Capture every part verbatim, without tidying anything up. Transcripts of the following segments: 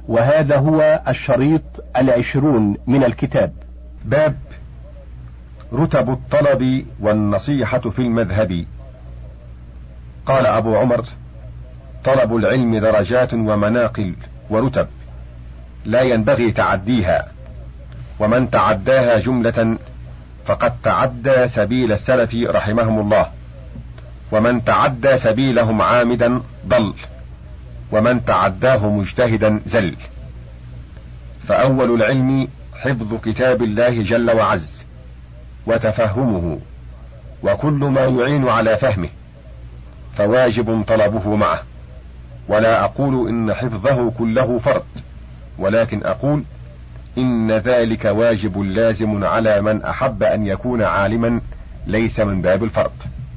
وهذا هو الشريط العشرون من الكتاب. باب رتب الطلب والنصيحة في المذهب. قال أبو عمر: طلب العلم درجات ومناقل ورتب، لا ينبغي تعديها، ومن تعداها جملة فقد تعدى سبيل السلف رحمهم الله، ومن تعدى سبيلهم عامدا ضل، ومن تعداه مجتهدا زل. فأول العلم حفظ كتاب الله جل وعز وتفهمه وكل ما يعين على فهمه، فواجب طلبه معه. ولا أقول إن حفظه كله فرض، ولكن أقول إن ذلك واجب لازم على من أحب أن يكون عالما، ليس من باب الفرض.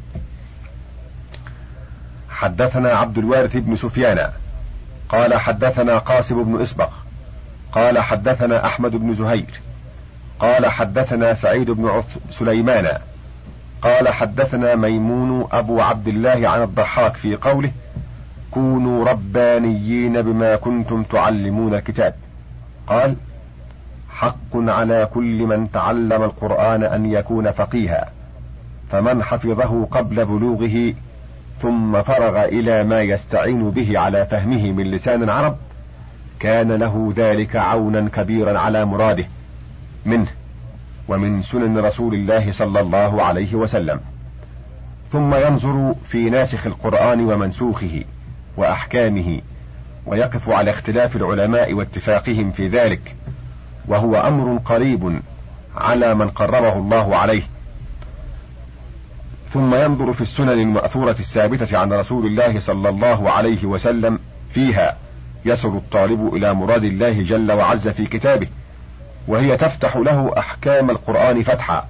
حدثنا عبد الوارث بن سفيان قال حدثنا قاسم بن إسبغ قال حدثنا أحمد بن زهير قال حدثنا سعيد بن سليمان قال حدثنا ميمون أبو عبد الله عن الضحاك في قوله: كونوا ربانيين بما كنتم تعلمون الكتاب. قال: حق على كل من تعلم القرآن أن يكون فقيها، فمن حفظه قبل بلوغه ثم فرغ إلى ما يستعين به على فهمه من لسان العرب كان له ذلك عونا كبيرا على مراده منه ومن سنن رسول الله صلى الله عليه وسلم. ثم ينظر في ناسخ القرآن ومنسوخه وأحكامه، ويقف على اختلاف العلماء واتفاقهم في ذلك، وهو أمر قريب على من قربه الله عليه. ثم ينظر في السنن المأثورة الثابتة عن رسول الله صلى الله عليه وسلم، فيها يصل الطالب إلى مراد الله جل وعز في كتابه، وهي تفتح له أحكام القرآن فتحا.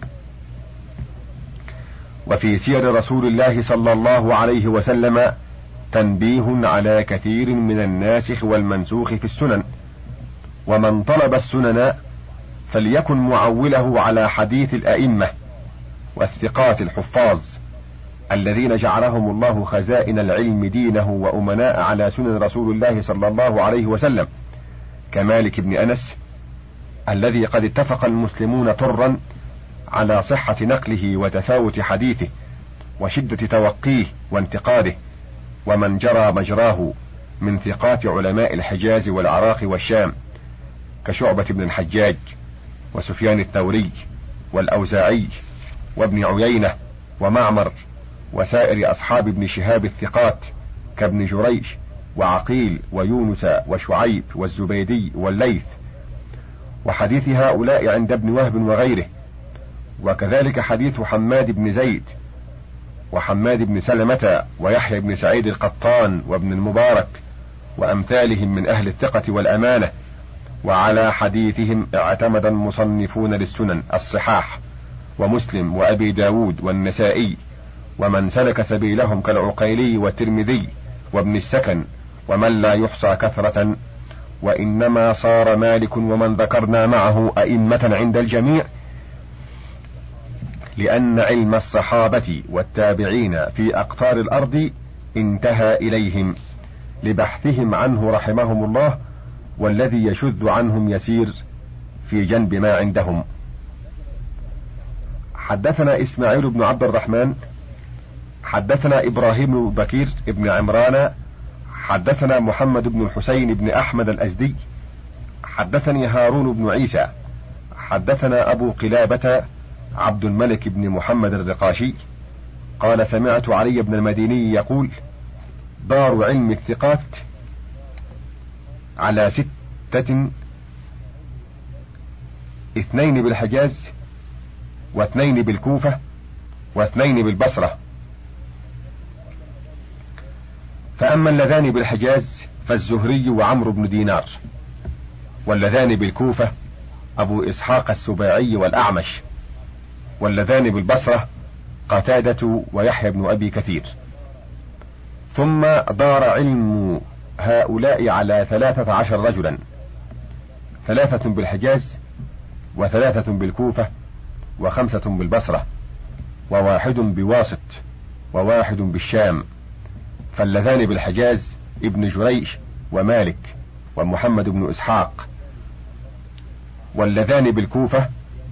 وفي سير رسول الله صلى الله عليه وسلم تنبيه على كثير من الناسخ والمنسوخ في السنن. ومن طلب السنن فليكن معوله على حديث الأئمة والثقات الحفاظ الذين جعلهم الله خزائن العلم دينه وأمناء على سنن رسول الله صلى الله عليه وسلم، كمالك بن أنس الذي قد اتفق المسلمون طرا على صحة نقله وتفاوت حديثه وشدة توقيه وانتقاده، ومن جرى مجراه من ثقات علماء الحجاز والعراق والشام كشعبة بن الحجاج وسفيان الثوري والأوزاعي وابن عيينة ومعمر وسائر أصحاب ابن شهاب الثقات كابن جريج وعقيل ويونس وشعيب والزبيدي والليث، وحديث هؤلاء عند ابن وهب وغيره، وكذلك حديث حماد بن زيد وحماد بن سلمة ويحيى بن سعيد القطان وابن المبارك وأمثالهم من أهل الثقة والأمانة. وعلى حديثهم اعتمد المصنفون للسنن الصحاح ومسلم وأبي داود والنسائي، ومن سلك سبيلهم كالعقيلي والترمذي وابن السكن ومن لا يحصى كثرة. وإنما صار مالك ومن ذكرنا معه أئمة عند الجميع لأن علم الصحابة والتابعين في أقطار الأرض انتهى إليهم لبحثهم عنه رحمهم الله، والذي يشذ عنهم يسير في جنب ما عندهم. حدثنا إسماعيل بن عبد الرحمن حدثنا إبراهيم بن بكير بن عمران حدثنا محمد بن الحسين بن أحمد الأزدي حدثني هارون بن عيسى حدثنا أبو قلابة عبد الملك بن محمد الرقاشي قال: سمعت علي بن المديني يقول: دار علم الثقات على ستة، اثنين بالحجاز واثنين بالكوفة واثنين بالبصرة. فأما اللذان بالحجاز فالزهري وعمرو بن دينار، واللذان بالكوفة أبو إسحاق السباعي والأعمش، واللذان بالبصرة قتادة ويحيى بن أبي كثير. ثم دار علم هؤلاء على ثلاثة عشر رجلا، ثلاثة بالحجاز وثلاثة بالكوفة وخمسة بالبصرة وواحد بواسط وواحد بالشام. فاللذان بالحجاز ابن جريش ومالك، ومحمد بن إسحاق. واللذان بالكوفة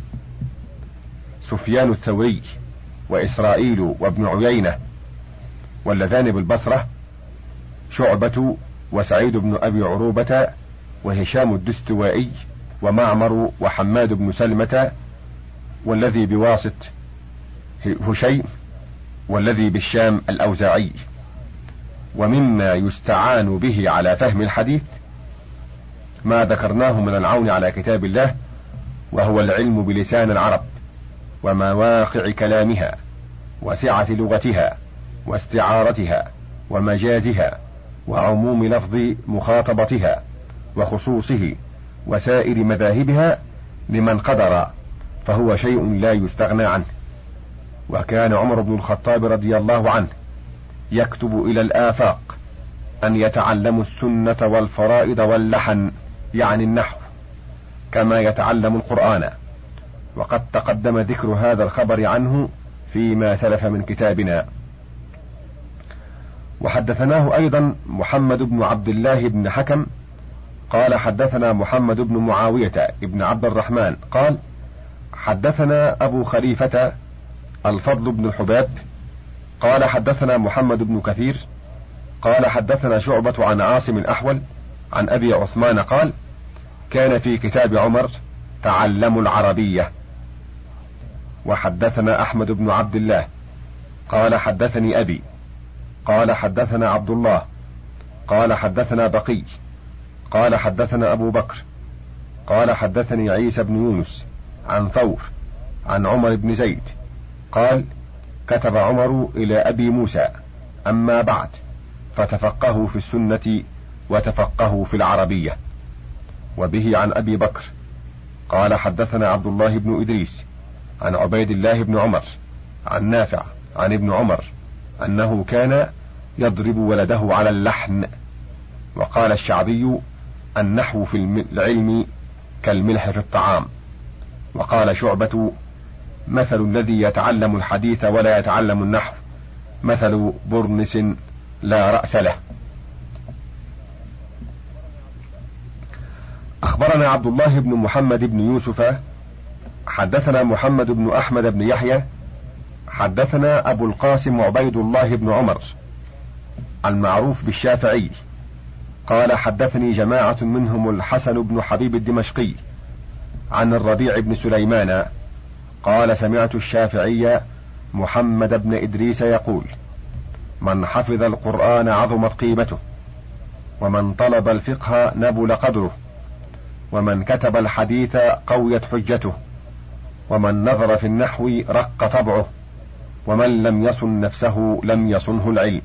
سفيان الثوري وإسرائيل وابن عيينة. واللذان بالبصرة شعبة وسعيد بن أبي عروبة وهشام الدستوائي ومعمر وحماد بن سلمة. والذي بواسط هشيم. والذي بالشام الأوزاعي. ومما يستعان به على فهم الحديث ما ذكرناه من العون على كتاب الله، وهو العلم بلسان العرب ومواقع كلامها وسعة لغتها واستعارتها ومجازها وعموم لفظ مخاطبتها وخصوصه وسائر مذاهبها لمن قدر، فهو شيء لا يستغنى عنه. وكان عمر بن الخطاب رضي الله عنه يكتب إلى الآفاق أن يتعلموا السنة والفرائض واللحن، يعني النحو، كما يتعلم القرآن. وقد تقدم ذكر هذا الخبر عنه فيما سلف من كتابنا. وحدثناه أيضا محمد بن عبد الله بن حكم قال حدثنا محمد بن معاوية بن عبد الرحمن قال حدثنا أبو خليفة الفضل بن الحباب قال حدثنا محمد بن كثير قال حدثنا شعبة عن عاصم الأحول عن أبي عثمان قال كان في كتاب عمر تعلموا العربية. وحدثنا أحمد بن عبد الله قال حدثني أبي قال حدثنا عبد الله قال حدثنا بقي قال حدثنا أبو بكر قال حدثني عيسى بن يونس عن ثور عن عمر بن زيد قال كتب عمر إلى أبي موسى أما بعد فتفقهوا في السنة وتفقهوا في العربية. وبه عن أبي بكر قال حدثنا عبد الله بن إدريس عن عبيد الله بن عمر عن نافع عن ابن عمر أنه كان يضرب ولده على اللحن. وقال الشعبي النحو في العلم كالملح في الطعام. وقال شعبة مثل الذي يتعلم الحديث ولا يتعلم النحو مثل برنس لا رأس له. أخبرنا عبد الله بن محمد بن يوسف حدثنا محمد بن أحمد بن يحيى حدثنا أبو القاسم عبيد الله بن عمر المعروف بالشافعي قال حدثني جماعة منهم الحسن بن حبيب الدمشقي عن الربيع بن سليمان قال سمعت الشافعي محمد بن إدريس يقول من حفظ القرآن عظمت قيمته، ومن طلب الفقه نبل قدره، ومن كتب الحديث قويت حجته، ومن نظر في النحو رق طبعه، ومن لم يصن نفسه لم يصنه العلم.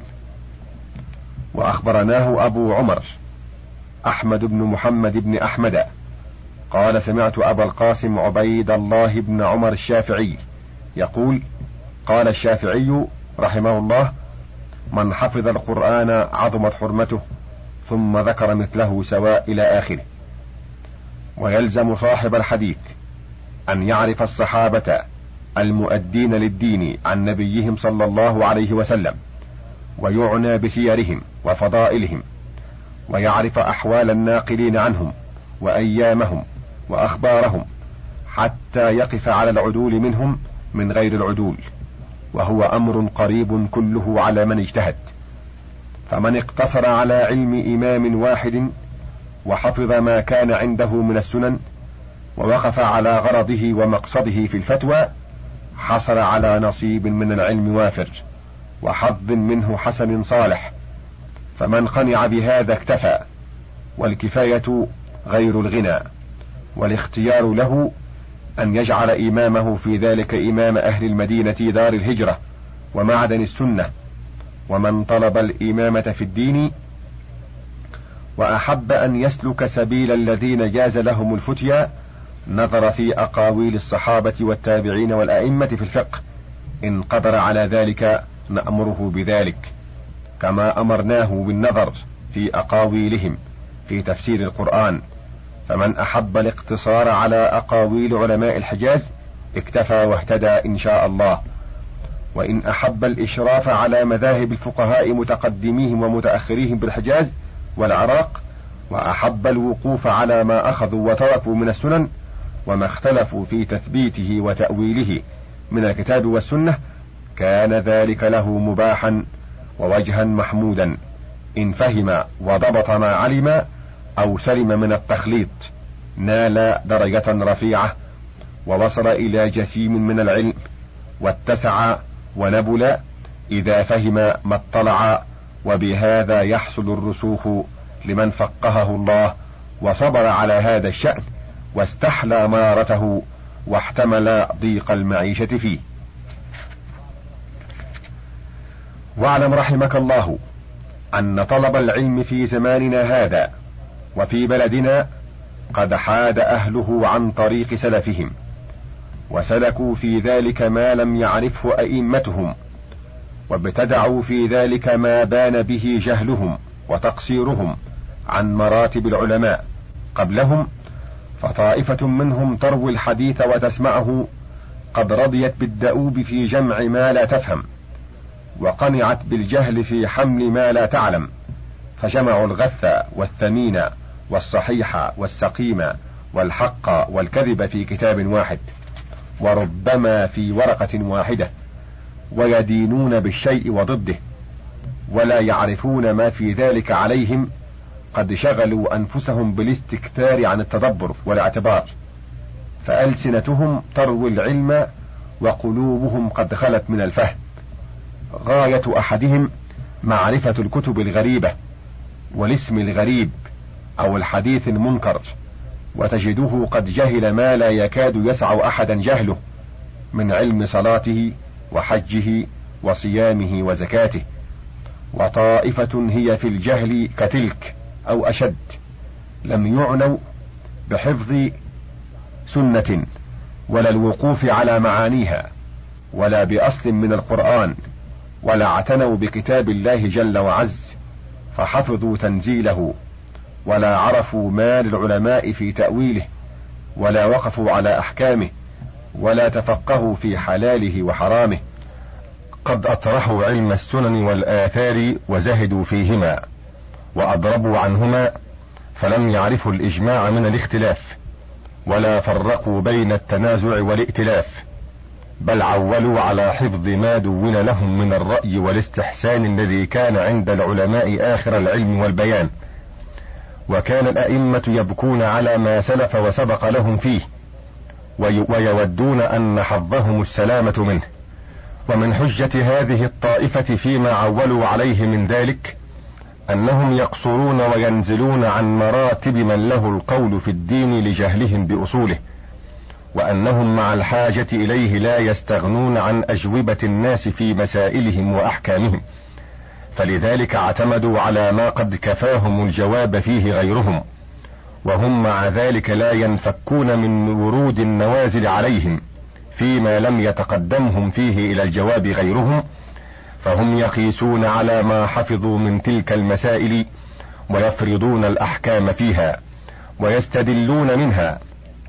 وأخبرناه أبو عمر أحمد بن محمد بن أحمد قال سمعت أبا القاسم عبيد الله بن عمر الشافعي يقول قال الشافعي رحمه الله من حفظ القرآن عظمت حرمته، ثم ذكر مثله سواء إلى آخره. ويلزم صاحب الحديث أن يعرف الصحابة المؤدين للدين عن نبيهم صلى الله عليه وسلم، ويعنى بسيرهم وفضائلهم، ويعرف أحوال الناقلين عنهم وأيامهم وأخبارهم، حتى يقف على العدول منهم من غير العدول، وهو أمر قريب كله على من اجتهد. فمن اقتصر على علم إمام واحد وحفظ ما كان عنده من السنن ووقف على غرضه ومقصده في الفتوى حصل على نصيب من العلم وافر وحظ منه حسن صالح. فمن قنع بهذا اكتفى، والكفاية غير الغنى، والاختيار له أن يجعل إمامه في ذلك إمام أهل المدينة دار الهجرة ومعدن السنة. ومن طلب الإمامة في الدين وأحب أن يسلك سبيل الذين جاز لهم الفتيا نظر في أقاويل الصحابة والتابعين والأئمة في الفقه، إن قدر على ذلك نأمره بذلك، كما أمرناه بالنظر في أقاويلهم في تفسير القرآن. فمن أحب الاقتصار على أقاويل علماء الحجاز اكتفى واهتدى إن شاء الله. وإن أحب الإشراف على مذاهب الفقهاء متقدميهم ومتأخريهم بالحجاز والعراق وأحب الوقوف على ما أخذوا وتركوا من السنن وما اختلفوا في تثبيته وتأويله من الكتاب والسنة، كان ذلك له مباحا ووجها محمودا إن فهم وضبط ما علم أو سلم من التخليط، نال درجة رفيعة ووصل إلى جسيم من العلم، واتسع ونبل إذا فهم ما اطلع، وبهذا يحصل الرسوخ لمن فقهه الله وصبر على هذا الشأن واستحلى مرارته واحتمل ضيق المعيشة فيه. واعلم رحمك الله أن طلب العلم في زماننا هذا وفي بلدنا قد حاد أهله عن طريق سلفهم، وسلكوا في ذلك ما لم يعرفه أئمتهم، وابتدعوا في ذلك ما بان به جهلهم وتقصيرهم عن مراتب العلماء قبلهم. فطائفة منهم تروي الحديث وتسمعه قد رضيت بالدؤوب في جمع ما لا تفهم، وقنعت بالجهل في حمل ما لا تعلم، فجمعوا الغث والثمين والصحيح والسقيم والحق والكذب في كتاب واحد، وربما في ورقة واحدة، ويدينون بالشيء وضده، ولا يعرفون ما في ذلك عليهم، قد شغلوا أنفسهم بالاستكثار عن التدبر والاعتبار، فألسنتهم تروي العلم وقلوبهم قد خلت من الفهم. غاية أحدهم معرفة الكتب الغريبة والاسم الغريب أو الحديث المنكر، وتجده قد جهل ما لا يكاد يسع أحدا جهله من علم صلاته وحجه وصيامه وزكاته. وطائفة هي في الجهل كتلك أو أشد، لم يعنوا بحفظ سنة ولا الوقوف على معانيها ولا بأصل من القرآن، ولا اعتنوا بكتاب الله جل وعز فحفظوا تنزيله، ولا عرفوا ما للعلماء في تأويله، ولا وقفوا على أحكامه، ولا تفقهوا في حلاله وحرامه. قد أطرحوا علم السنن والآثار وزهدوا فيهما وأضربوا عنهما، فلم يعرفوا الإجماع من الاختلاف، ولا فرقوا بين التنازع والائتلاف، بل عولوا على حفظ ما دون لهم من الرأي والاستحسان الذي كان عند العلماء آخر العلم والبيان. وكان الأئمة يبكون على ما سلف وسبق لهم فيه، ويودون أن حظهم السلامة منه. ومن حجة هذه الطائفة فيما عولوا عليه من ذلك أنهم يقصرون وينزلون عن مراتب من له القول في الدين لجهلهم بأصوله، وأنهم مع الحاجة إليه لا يستغنون عن أجوبة الناس في مسائلهم وأحكامهم، فلذلك اعتمدوا على ما قد كفاهم الجواب فيه غيرهم، وهم مع ذلك لا ينفكون من ورود النوازل عليهم فيما لم يتقدمهم فيه إلى الجواب غيرهم، فهم يقيسون على ما حفظوا من تلك المسائل ويفرضون الأحكام فيها ويستدلون منها،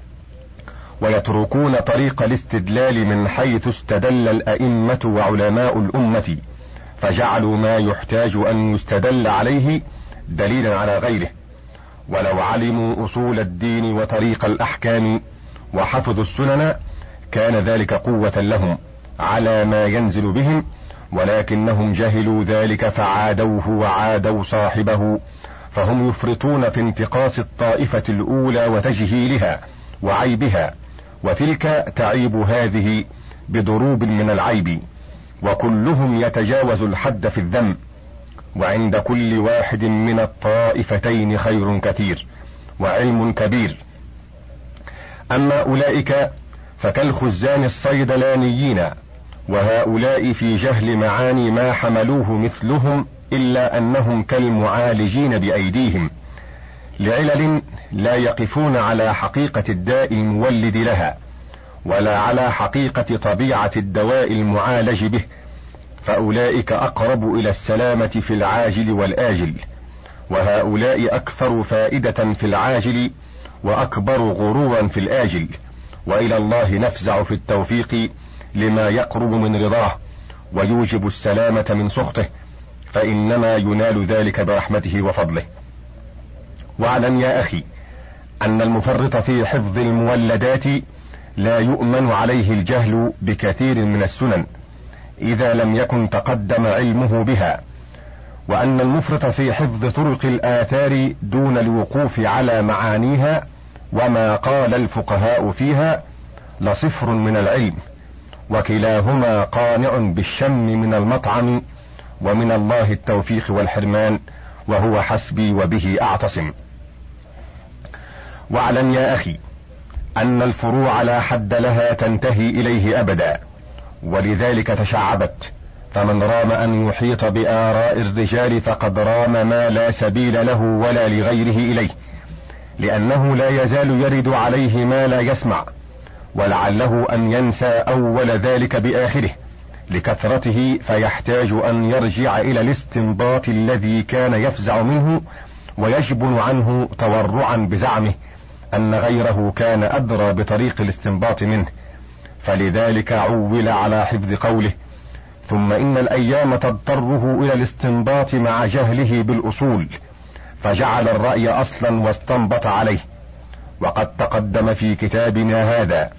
ويتركون طريق الاستدلال من حيث استدل الأئمة وعلماء الأمة، فجعلوا ما يحتاج أن يستدل عليه دليلا على غيره. ولو علموا أصول الدين وطريق الأحكام وحفظوا السنن كان ذلك قوة لهم على ما ينزل بهم، ولكنهم جهلوا ذلك فعادوه وعادوا صاحبه، فهم يفرطون في انتقاص الطائفة الأولى وتجهيلها وعيبها، وتلك تعيب هذه بضروب من العيب، وكلهم يتجاوز الحد في الذم، وعند كل واحد من الطائفتين خير كثير وعلم كبير. أما أولئك فكالخزان الصيدلانيين، وهؤلاء في جهل معاني ما حملوه مثلهم، إلا أنهم كالمعالجين بأيديهم لعلل لا يقفون على حقيقة الداء المولد لها ولا على حقيقة طبيعة الدواء المعالج به، فأولئك أقرب إلى السلامة في العاجل والآجل، وهؤلاء أكثر فائدة في العاجل وأكبر غرورا في الآجل، وإلى الله نفزع في التوفيق لما يقرب من رضاه ويوجب السلامة من سخطه، فإنما ينال ذلك برحمته وفضله. واعلم يا أخي أن المفرط في حفظ المولدات لا يؤمن عليه الجهل بكثير من السنن إذا لم يكن تقدم علمه بها، وأن المفرط في حفظ طرق الآثار دون الوقوف على معانيها وما قال الفقهاء فيها لصفر من العلم، وكلاهما قانع بالشم من المطعم، ومن الله التوفيق والحرمان، وهو حسبي وبه أعتصم. واعلم يا أخي أن الفروع لا حد لها تنتهي إليه أبدا، ولذلك تشعبت، فمن رام أن يحيط بآراء الرجال فقد رام ما لا سبيل له ولا لغيره إليه، لأنه لا يزال يرد عليه ما لا يسمع، ولعله أن ينسى أول ذلك بآخره لكثرته، فيحتاج أن يرجع إلى الاستنباط الذي كان يفزع منه ويجبن عنه تورعا بزعمه أن غيره كان أدرى بطريق الاستنباط منه، فلذلك عول على حفظ قوله: ثم إن الأيام تضطره إلى الاستنباط مع جهله بالأصول، فجعل الرأي أصلا واستنبط عليه. وقد تقدم في كتابنا هذا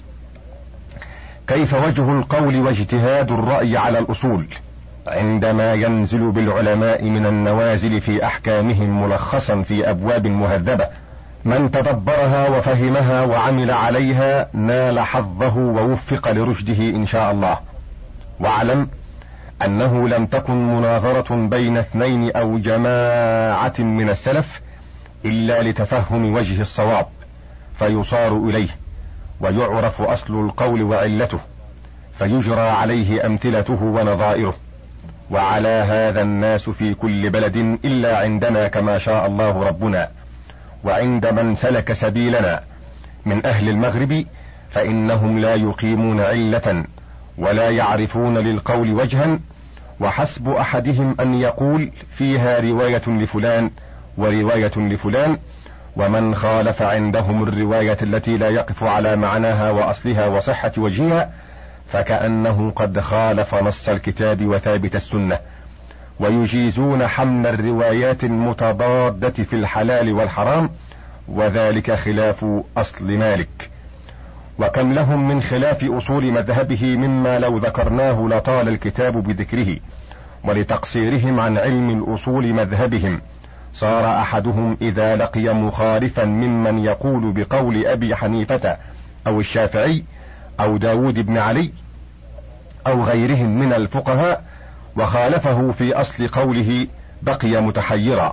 كيف وجه القول واجتهاد الرأي على الأصول عندما ينزل بالعلماء من النوازل في أحكامهم ملخصا في أبواب مهذبة، من تدبرها وفهمها وعمل عليها نال حظه ووفق لرشده إن شاء الله. واعلم أنه لم تكن مناظرة بين اثنين أو جماعة من السلف إلا لتفهم وجه الصواب فيصار إليه، ويعرف أصل القول وعلته، فيجرى عليه أمثلته ونظائره. وعلى هذا الناس في كل بلد إلا عندنا كما شاء الله ربنا، وعند من سلك سبيلنا من أهل المغرب فإنهم لا يقيمون علة ولا يعرفون للقول وجها، وحسب أحدهم أن يقول فيها رواية لفلان ورواية لفلان، ومن خالف عندهم الرواية التي لا يقف على معناها وأصلها وصحة وجهها فكأنه قد خالف نص الكتاب وثابت السنة، ويجيزون حمل الروايات المتضادة في الحلال والحرام، وذلك خلاف أصل مالك. وكم لهم من خلاف أصول مذهبه مما لو ذكرناه لطال الكتاب بذكره، ولتقصيرهم عن علم الأصول مذهبهم صار أحدهم إذا لقي مخالفا ممن يقول بقول أبي حنيفة أو الشافعي أو داود بن علي أو غيرهم من الفقهاء وخالفه في أصل قوله بقي متحيرا،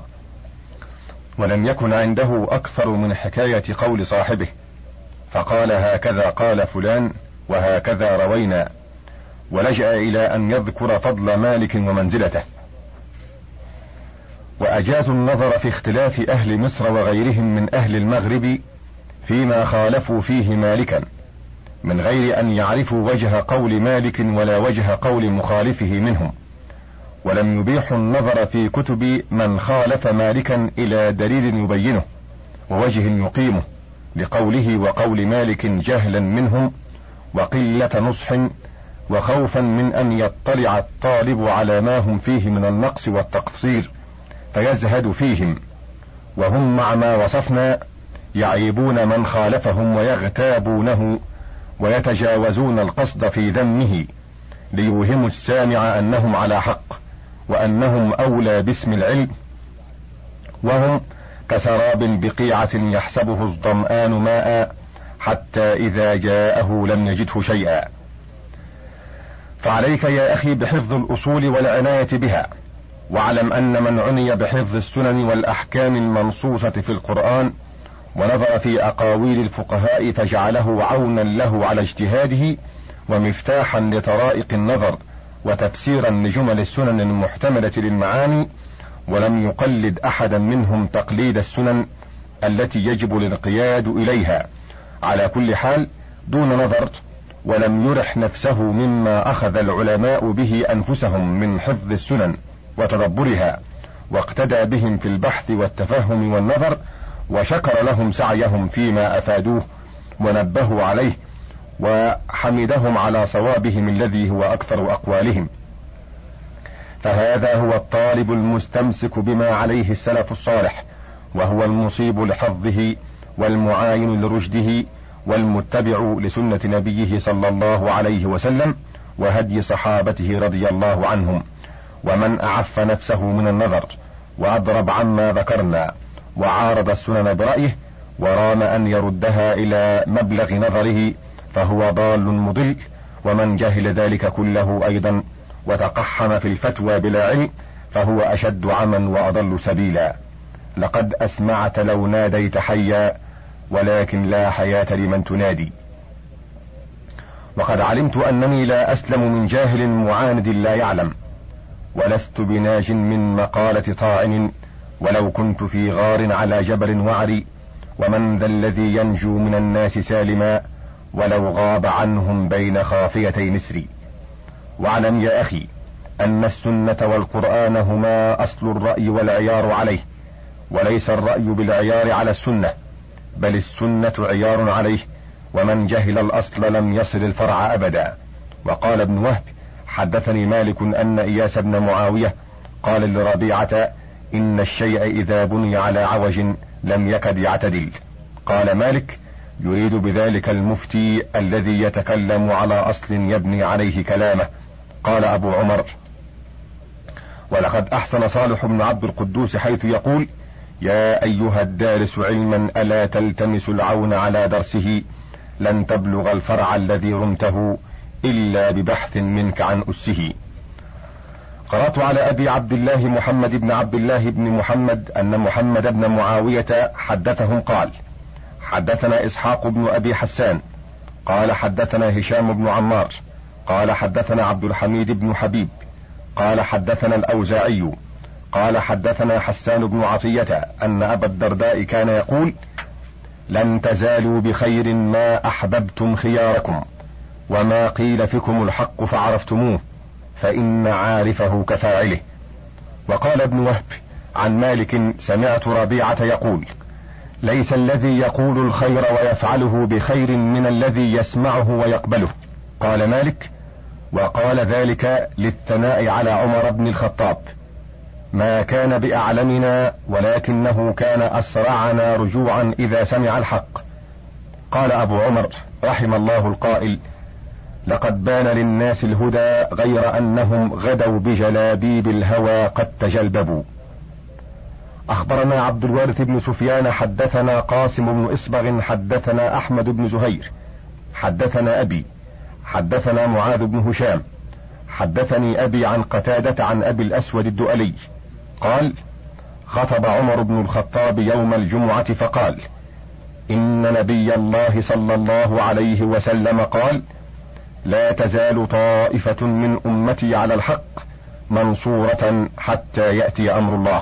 ولم يكن عنده أكثر من حكاية قول صاحبه، فقال هكذا قال فلان وهكذا روينا، ولجأ إلى أن يذكر فضل مالك ومنزلته. وأجازوا النظر في اختلاف أهل مصر وغيرهم من أهل المغرب فيما خالفوا فيه مالكا، من غير أن يعرفوا وجه قول مالك ولا وجه قول مخالفه منهم، ولم يبيحوا النظر في كتب من خالف مالكا إلى دليل يبينه ووجه يقيمه لقوله وقول مالك جهلا منهم وقلة نصح، وخوفا من أن يطلع الطالب على ما هم فيه من النقص والتقصير فيزهد فيهم، وهم مع ما وصفنا يعيبون من خالفهم ويغتابونه ويتجاوزون القصد في ذمه ليوهموا السامع أنهم على حق وأنهم أولى باسم العلم، وهم كسراب بقيعة يحسبه الظمآن ماء حتى إذا جاءه لم يجده شيئا. فعليك يا أخي بحفظ الأصول والعناية بها، واعلم أن من عني بحفظ السنن والأحكام المنصوصة في القرآن ونظر في أقاويل الفقهاء فجعله عونا له على اجتهاده ومفتاحا لطرائق النظر وتفسيرا لجمل السنن المحتملة للمعاني، ولم يقلد أحدا منهم تقليد السنن التي يجب الانقياد إليها على كل حال دون نظر، ولم يرح نفسه مما أخذ العلماء به أنفسهم من حفظ السنن وتدبرها، واقتدى بهم في البحث والتفهم والنظر، وشكر لهم سعيهم فيما أفادوه ونبهوا عليه، وحمدهم على صوابهم الذي هو أكثر أقوالهم. فهذا هو الطالب المستمسك بما عليه السلف الصالح، وهو المصيب لحظه والمعاين لرشده والمتبع لسنة نبيه صلى الله عليه وسلم وهدي صحابته رضي الله عنهم، ومن أعف نفسه من النظر وأضرب عما ذكرنا وعارض السنن برأيه ورام أن يردها إلى مبلغ نظره فهو ضال مضل. ومن جهل ذلك كله أيضا وتقحم في الفتوى بلا علم فهو أشد عما وأضل سبيلا. لقد أسمعت لو ناديت حيا ولكن لا حياة لمن تنادي. وقد علمت أنني لا أسلم من جاهل معاند لا يعلم، ولست بناج من مقالة طاعن ولو كنت في غار على جبل وعري. ومن ذا الذي ينجو من الناس سالما ولو غاب عنهم بين خافيتي نسري. واعلم يا أخي أن السنة والقرآن هما أصل الرأي والعيار عليه، وليس الرأي بالعيار على السنة، بل السنة عيار عليه، ومن جهل الأصل لم يصل الفرع أبدا. وقال ابن وهب: حدثني مالك أن إياس بن معاوية قال لربيعة: إن الشيء إذا بني على عوج لم يكد يعتدل. قال مالك: يريد بذلك المفتي الذي يتكلم على أصل يبني عليه كلامه. قال أبو عمر: ولقد أحسن صالح بن عبد القدوس حيث يقول: يا أيها الدارس علما ألا تلتمس العون على درسه، لن تبلغ الفرع الذي رمته إلا ببحث منك عن أسه. قرأت على أبي عبد الله محمد بن عبد الله بن محمد أن محمد بن معاوية حدثهم قال: حدثنا إسحاق بن أبي حسان قال حدثنا هشام بن عمار قال حدثنا عبد الحميد بن حبيب قال حدثنا الأوزاعي قال حدثنا حسان بن عطية أن أبا الدرداء كان يقول: لن تزالوا بخير ما أحببتم خياركم، وما قيل فيكم الحق فعرفتموه، فإن عارفه كفاعله. وقال ابن وهب عن مالك: سمعت ربيعة يقول: ليس الذي يقول الخير ويفعله بخير من الذي يسمعه ويقبله. قال مالك: وقال ذلك للثناء على عمر بن الخطاب: ما كان بأعلمنا ولكنه كان أسرعنا رجوعا إذا سمع الحق. قال أبو عمر رحم الله القائل: لقد بان للناس الهدى غير أنهم غدوا بجلابيب الهوى قد تجلببوا. أخبرنا عبد الوارث بن سفيان حدثنا قاسم بن إصبغ حدثنا أحمد بن زهير حدثنا أبي حدثنا معاذ بن هشام حدثني أبي عن قتادة عن أبي الأسود الدؤلي قال: خطب عمر بن الخطاب يوم الجمعة فقال: إن نبي الله صلى الله عليه وسلم قال: لا تزال طائفة من أمتي على الحق منصورة حتى يأتي أمر الله.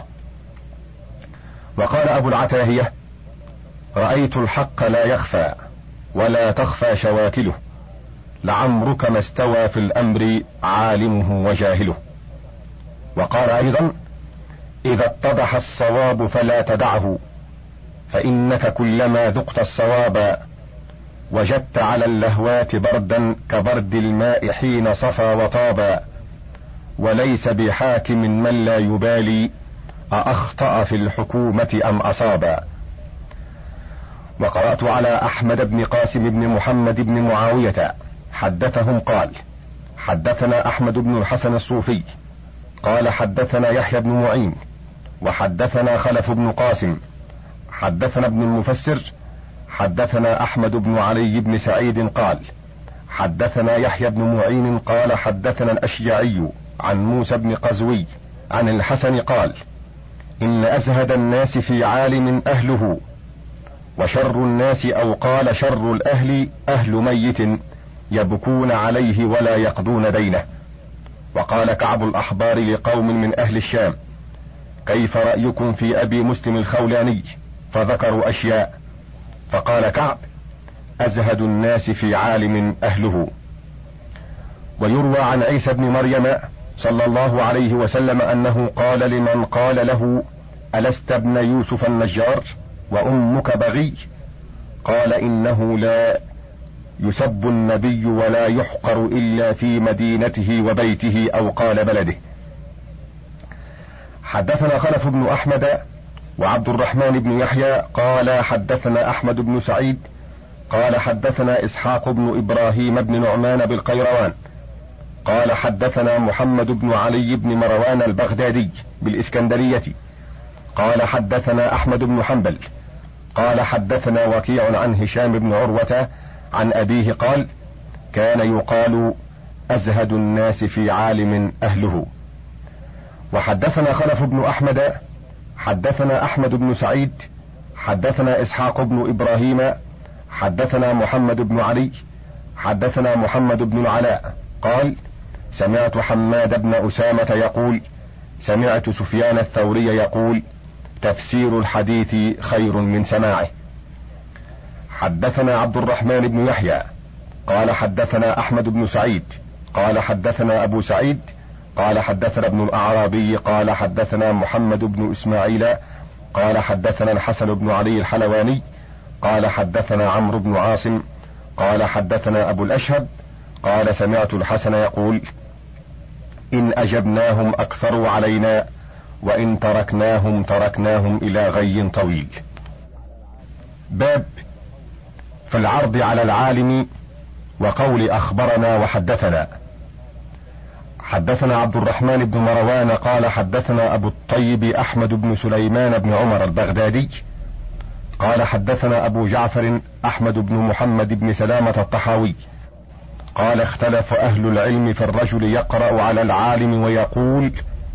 وقال أبو العتاهية: رأيت الحق لا يخفى ولا تخفى شواكله، لعمرك ما استوى في الأمر عالمه وجاهله. وقال أيضا: إذا اتضح الصواب فلا تدعه، فإنك كلما ذقت الصواب وجدت على اللهوات بردا كبرد الماء حين صفى وطابا، وليس بحاكم من لا يبالي أأخطأ في الحكومة أم أصابا. وقرأت على أحمد بن قاسم بن محمد بن معاوية حدثهم قال: حدثنا أحمد بن الحسن الصوفي قال حدثنا يحيى بن معين وحدثنا خلف بن قاسم حدثنا ابن المفسر حدثنا أحمد بن علي بن سعيد قال حدثنا يحيى بن معين قال حدثنا الأشجعي عن موسى بن قزوي عن الحسن قال: إن أزهد الناس في عالم أهله، وشر الناس أو قال شر الأهل أهل ميت يبكون عليه ولا يقضون دينه. وقال كعب الأحبار لقوم من أهل الشام: كيف رأيكم في أبي مسلم الخولاني؟ فذكروا أشياء، فقال كعب: أزهد الناس في عالم أهله. ويروى عن عيسى بن مريم صلى الله عليه وسلم أنه قال لمن قال له: ألست ابن يوسف النجار وأمك بغي؟ قال: إنه لا يسب النبي ولا يحقر إلا في مدينته وبيته، أو قال بلده. حدثنا خلف بن أحمد وعبد الرحمن بن يحيى قال حدثنا أحمد بن سعيد قال حدثنا إسحاق بن إبراهيم بن نعمان بالقيروان قال حدثنا محمد بن علي بن مروان البغدادي بالإسكندرية قال حدثنا أحمد بن حنبل قال حدثنا وكيع عن هشام بن عروة عن أبيه قال كان يقال أزهد الناس في عالم أهله. وحدثنا خلف بن أحمد حدثنا أحمد بن سعيد حدثنا إسحاق بن إبراهيم حدثنا محمد بن علي حدثنا محمد بن العلاء قال سمعت حماد بن أسامة يقول سمعت سفيان الثوري يقول تفسير الحديث خير من سماعه. حدثنا عبد الرحمن بن يحيى قال حدثنا أحمد بن سعيد قال حدثنا أبو سعيد قال حدثنا ابن الأعرابي قال حدثنا محمد بن إسماعيل قال حدثنا الحسن بن علي الحلواني قال حدثنا عمرو بن عاصم قال حدثنا أبو الأشهب قال سمعت الحسن يقول إن أجبناهم أكثروا علينا وإن تركناهم تركناهم إلى غي طويل. باب في العرض على العالم وقول أخبرنا وحدثنا. حدثنا عبد الرحمن بن مروان قال حدثنا أبو الطيب أحمد بن سليمان بن عمر البغدادي قال حدثنا أبو جعفر أحمد بن محمد بن سلامة الطحاوي قال اختلف أهل العلم في الرجل يقرأ على العالم ويقول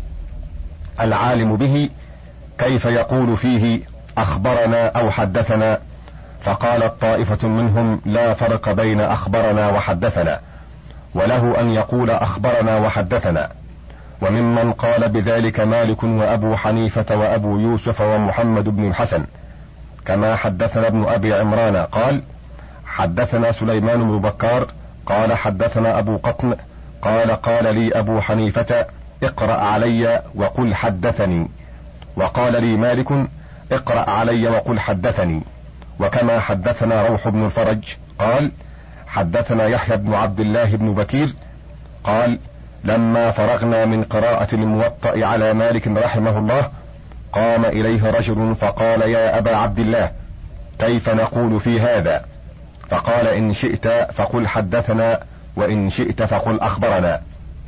العالم به كيف يقول فيه أخبرنا أو حدثنا، فقالت طائفة منهم لا فرق بين أخبرنا وحدثنا، وله أن يقول أخبرنا وحدثنا. وممن قال بذلك مالك وأبو حنيفة وأبو يوسف ومحمد بن الحسن، كما حدثنا ابن أبي عمران قال حدثنا سليمان بن بكار قال حدثنا أبو قطن قال قال لي أبو حنيفة اقرأ علي وقل حدثني، وقال لي مالك اقرأ علي وقل حدثني. وكما حدثنا روح بن الفرج قال حدثنا يحيى بن عبد الله بن بكير قال لما فرغنا من قراءة الموطأ على مالك رحمه الله قام إليه رجل فقال يا أبا عبد الله كيف نقول في هذا؟ فقال إن شئت فقل حدثنا، وإن شئت فقل أخبرنا،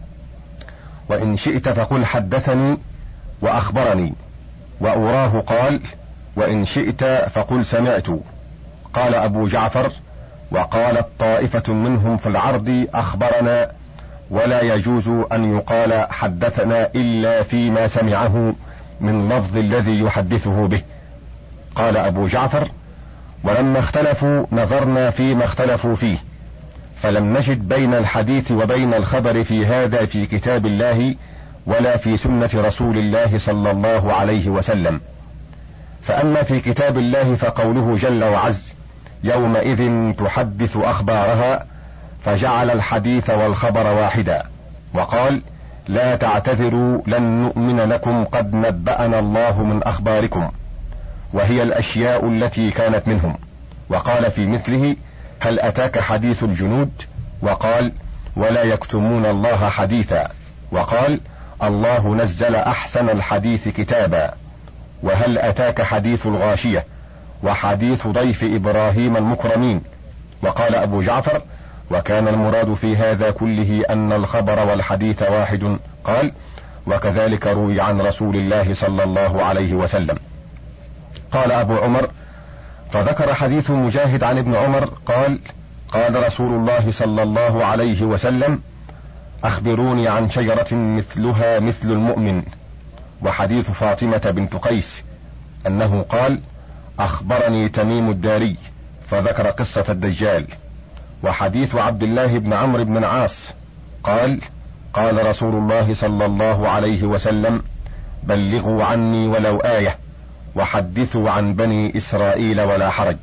وإن شئت فقل حدثني وأخبرني. وأراه قال وإن شئت فقل سمعت. قال أبو جعفر وقالت طائفة منهم في العرض أخبرنا، ولا يجوز أن يقال حدثنا إلا فيما سمعه من لفظ الذي يحدثه به. قال أبو جعفر ولما اختلفوا نظرنا فيما اختلفوا فيه، فلم نجد بين الحديث وبين الخبر في هذا في كتاب الله ولا في سنة رسول الله صلى الله عليه وسلم. فأما في كتاب الله فقوله جل وعز يومئذ تحدث أخبارها، فجعل الحديث والخبر واحدا، وقال لا تعتذروا لن نؤمن لكم قد نبأنا الله من أخباركم، وهي الأشياء التي كانت منهم. وقال في مثله هل أتاك حديث الجنود، وقال ولا يكتمون الله حديثا، وقال الله نزل أحسن الحديث كتابا، وهل أتاك حديث الغاشية، وحديث ضيف إبراهيم المكرمين. وقال أبو جعفر وكان المراد في هذا كله أن الخبر والحديث واحد. قال وكذلك روي عن رسول الله صلى الله عليه وسلم. قال أبو عمر فذكر حديث مجاهد عن ابن عمر قال قال رسول الله صلى الله عليه وسلم أخبروني عن شجرة مثلها مثل المؤمن. وحديث فاطمة بنت قيس أنه قال أخبرني تميم الداري، فذكر قصة الدجال. وحديث عبد الله بن عمرو بن العاص قال قال رسول الله صلى الله عليه وسلم بلغوا عني ولو آية، وحدثوا عن بني إسرائيل ولا حرج.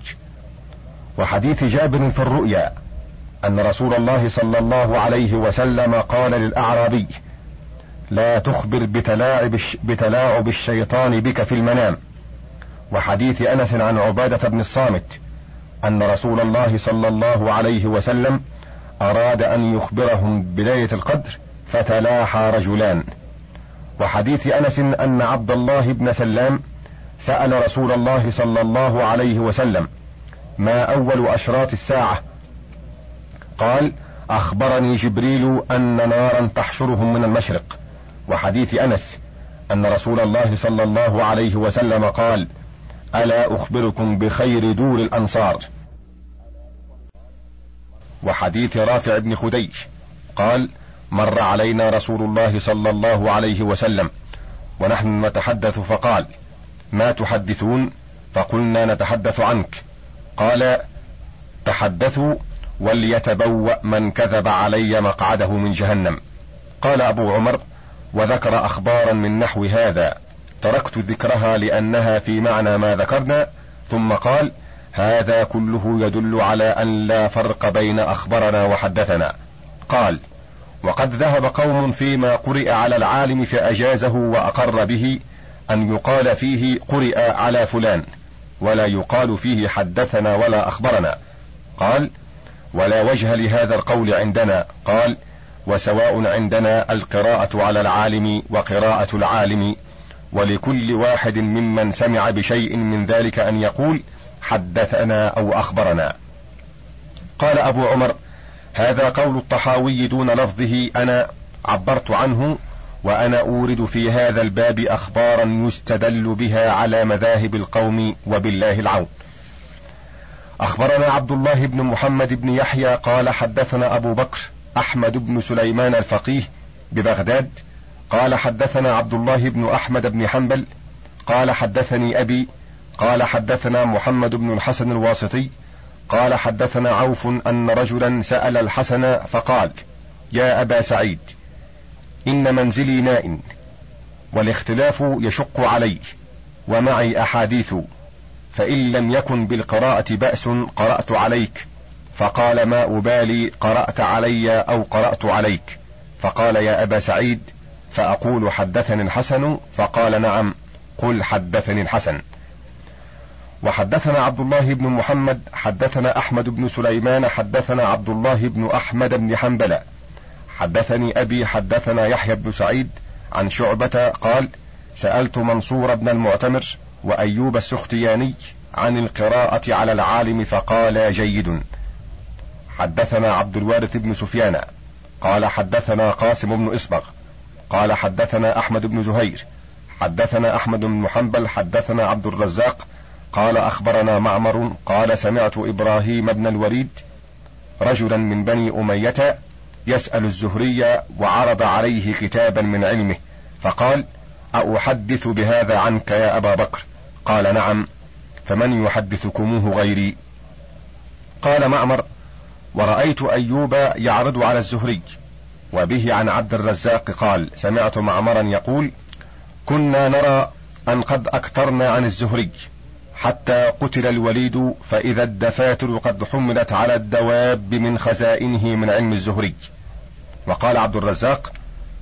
وحديث جابر في الرؤيا أن رسول الله صلى الله عليه وسلم قال للأعرابي لا تخبر بتلاعب, بتلاعب الشيطان بك في المنام. وحديث أنس عن عبادة بن الصامت أن رسول الله صلى الله عليه وسلم أراد أن يخبرهم بليلة القدر فتلاحى رجلان. وحديث أنس أن عبد الله بن سلام سأل رسول الله صلى الله عليه وسلم: ما أول أشراط الساعة؟ قال: أخبرني جبريل أن نارا تحشرهم من المشرق. وحديث أنس أن رسول الله صلى الله عليه وسلم قال: ألا أخبركم بخير دور الأنصار. وحديث رافع بن خديج قال: مر علينا رسول الله صلى الله عليه وسلم ونحن نتحدث فقال: ما تحدثون؟ فقلنا: نتحدث عنك. قال: تحدثوا وليتبوأ من كذب علي مقعده من جهنم. قال أبو عمر: وذكر أخبارا من نحو هذا، تركت ذكرها لأنها في معنى ما ذكرنا. ثم قال: هذا كله يدل على أن لا فرق بين أخبرنا وحدثنا. قال: وقد ذهب قوم فيما قرئ على العالم فأجازه وأقر به أن يقال فيه قرئ على فلان، ولا يقال فيه حدثنا ولا أخبرنا. قال: ولا وجه لهذا القول عندنا. قال: وسواء عندنا القراءة على العالم وقراءة العالم، ولكل واحد ممن سمع بشيء من ذلك أن يقول حدثنا أو أخبرنا. قال أبو عمر: هذا قول الطحاوي دون لفظه، أنا عبرت عنه، وأنا أورد في هذا الباب أخبارا يستدل بها على مذاهب القوم، وبالله العون. أخبرنا عبد الله بن محمد بن يحيى قال: حدثنا أبو بكر أحمد بن سليمان الفقيه ببغداد قال: حدثنا عبد الله بن أحمد بن حنبل قال: حدثني أبي قال: حدثنا محمد بن الحسن الواسطي قال: حدثنا عوف أن رجلا سأل الحسن فقال: يا أبا سعيد، إن منزلي نائٍ والاختلاف يشق علي، ومعي أحاديث، فإن لم يكن بالقراءة بأس قرأت عليك. فقال: ما أبالي قرأت علي أو قرأت عليك. فقال: يا أبا سعيد، فأقول حدثني الحسن؟ فقال: نعم، قل حدثني الحسن. وحدثنا عبد الله بن محمد حدثنا أحمد بن سليمان حدثنا عبد الله بن أحمد بن حنبل حدثني أبي حدثنا يحيى بن سعيد عن شعبة قال: سألت منصور بن المعتمر وأيوب السختياني عن القراءة على العالم فقال: جيد. حدثنا عبد الوارث بن سفيان قال: حدثنا قاسم بن إسبغ قال: حدثنا أحمد بن زهير حدثنا أحمد بن حنبل حدثنا عبد الرزاق قال: أخبرنا معمر قال: سمعت إبراهيم بن الوليد رجلا من بني أمية يسأل الزهري وعرض عليه كتابا من علمه، فقال: أحدث بهذا عنك يا أبا بكر؟ قال: نعم، فمن يحدثكموه غيري؟ قال معمر: ورأيت أيوب يعرض على الزهري. وبه عن عبد الرزاق قال: سمعت معمرا يقول: كنا نرى أن قد أكثرنا عن الزهري حتى قتل الوليد، فإذا الدفاتر قد حملت على الدواب من خزائنه من علم الزهري. وقال عبد الرزاق: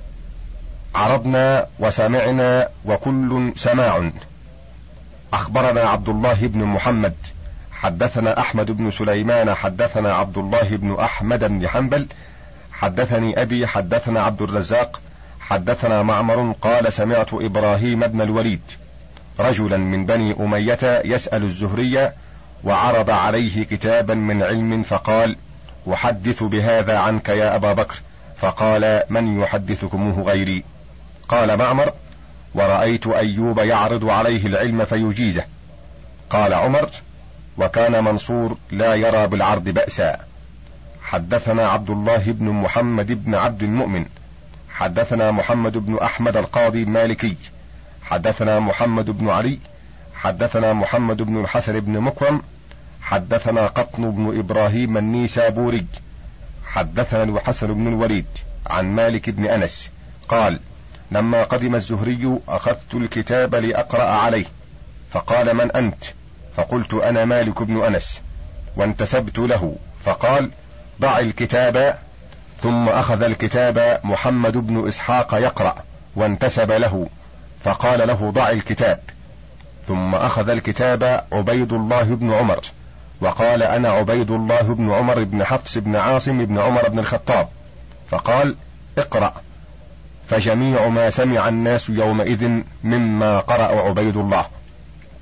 عرضنا وسمعنا وكل سماع. أخبرنا عبد الله بن محمد حدثنا أحمد بن سليمان حدثنا عبد الله بن أحمد بن حنبل حدثني أبي حدثنا عبد الرزاق حدثنا معمر قال: سمعت إبراهيم بن الوليد رجلا من بني أمية يسأل الزهري وعرض عليه كتابا من علم، فقال: أحدث بهذا عنك يا أبا بكر؟ فقال: من يحدثكموه غيري؟ قال معمر: ورأيت أيوب يعرض عليه العلم فيجيزه. قال عمر: وكان منصور لا يرى بالعرض بأسا. حدثنا عبد الله بن محمد بن عبد المؤمن حدثنا محمد بن أحمد القاضي المالكي حدثنا محمد بن علي حدثنا محمد بن الحسن بن مكرم حدثنا قطن بن إبراهيم النيسابوري حدثنا الحسن بن الوليد عن مالك بن أنس قال: لما قدم الزهري أخذت الكتاب لأقرأ عليه، فقال: من أنت؟ فقلت: أنا مالك بن أنس، وانتسبت له، فقال: ضع الكتاب. ثم أخذ الكتاب محمد بن إسحاق يقرأ وانتسب له، فقال له: ضع الكتاب. ثم أخذ الكتاب عبيد الله بن عمر وقال: أنا عبيد الله بن عمر بن حفص بن عاصم بن عمر بن الخطاب، فقال: اقرأ. فجميع ما سمع الناس يومئذ مما قرأ عبيد الله.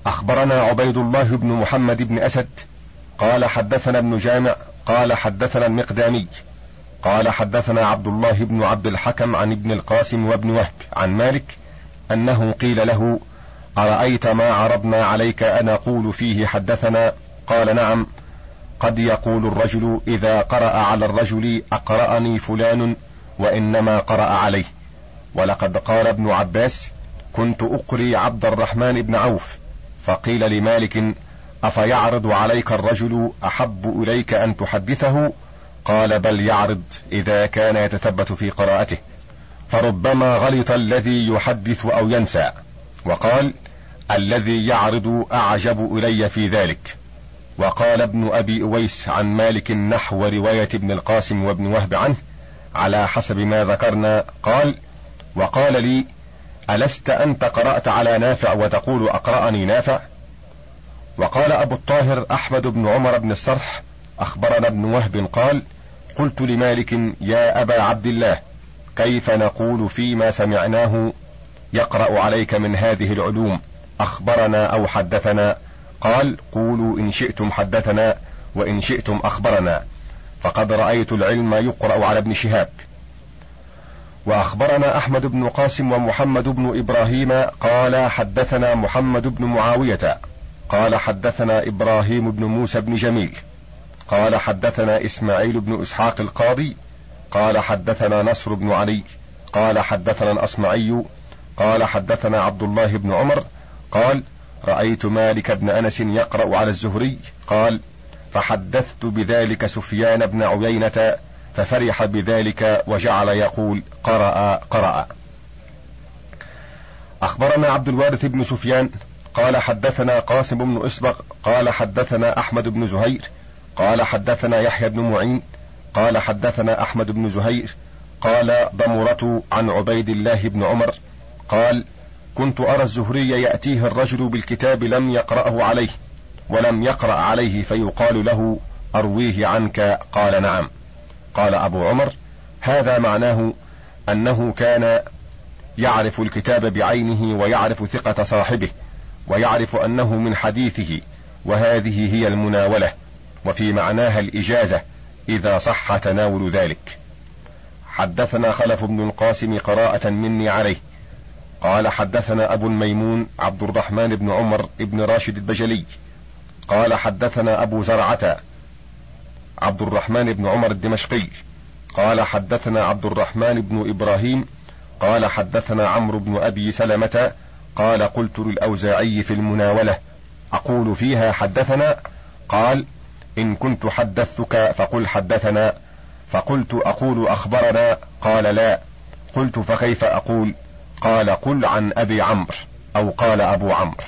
أخبرنا عبيد الله بن محمد بن أسد قال حدثنا ابن جامع قال حدثنا المقدامي قال حدثنا عبد الله بن عبد الحكم عن ابن القاسم وابن وهب عن مالك أنه قيل له: أرأيت ما عرضنا عليك أنقول فيه حدثنا؟ قال: نعم، قد يقول الرجل إذا قرأ على الرجل أقرأني فلان وإنما قرأ عليه. ولقد قال ابن عباس: كنت أقري عبد الرحمن بن عوف، فقيل لمالك: أفيعرض عليك الرجل أحب إليك أن تحدثه؟ قال: بل يعرض إذا كان يتثبت في قراءته، فربما غلط الذي يحدث أو ينسى. وقال: الذي يعرض أعجب إلي في ذلك. وقال ابن أبي أويس عن مالك نحو رواية ابن القاسم وابن وهب عنه على حسب ما ذكرنا. قال: وقال لي: ألست أنت قرأت على نافع وتقول أقرأني نافع؟ وقال أبو الطاهر أحمد بن عمر بن الصرح أخبرنا ابن وهب قال: قلت لمالك: يا أبا عبد الله، كيف نقول فيما سمعناه يقرأ عليك من هذه العلوم أخبرنا أو حدثنا؟ قال: قولوا إن شئتم حدثنا وإن شئتم أخبرنا، فقد رأيت العلم يقرأ على ابن شهاب. وأخبرنا أحمد بن قاسم ومحمد بن إبراهيم قال حدثنا محمد بن معاوية قال حدثنا إبراهيم بن موسى بن جميل قال حدثنا إسماعيل بن إسحاق القاضي قال حدثنا نصر بن علي قال حدثنا الأصمعي قال حدثنا عبد الله بن عمر قال: رأيت مالك بن أنس يقرأ على الزهري. قال: فحدثت بذلك سفيان بن عيينة ففرح بذلك وجعل يقول: قرأ قرأ. أخبرنا عبد الوارث بن سفيان قال حدثنا قاسم بن إسبغ قال حدثنا أحمد بن زهير قال حدثنا يحيى بن معين قال حدثنا أحمد بن زهير قال ضمرة عن عبيد الله بن عمر قال: كنت أرى الزهري يأتيه الرجل بالكتاب لم يقرأه عليه ولم يقرأ عليه فيقال له: أرويه عنك؟ قال: نعم. قال أبو عمر: هذا معناه أنه كان يعرف الكتاب بعينه ويعرف ثقة صاحبه ويعرف أنه من حديثه، وهذه هي المناولة، وفي معناها الإجازة إذا صح تناول ذلك. حدثنا خلف بن القاسم قراءة مني عليه قال حدثنا أبو الميمون عبد الرحمن بن عمر بن راشد البجلي قال حدثنا أبو زرعة عبد الرحمن بن عمر الدمشقي قال حدثنا عبد الرحمن بن إبراهيم قال حدثنا عمرو بن أبي سلمة قال: قلت للأوزاعي في المناولة: أقول فيها حدثنا؟ قال: إن كنت حدثتك فقل حدثنا. فقلت: أقول أخبرنا؟ قال: لا. قلت: فكيف أقول؟ قال: قل عن أبي عمرو، أو قال أبو عمرو.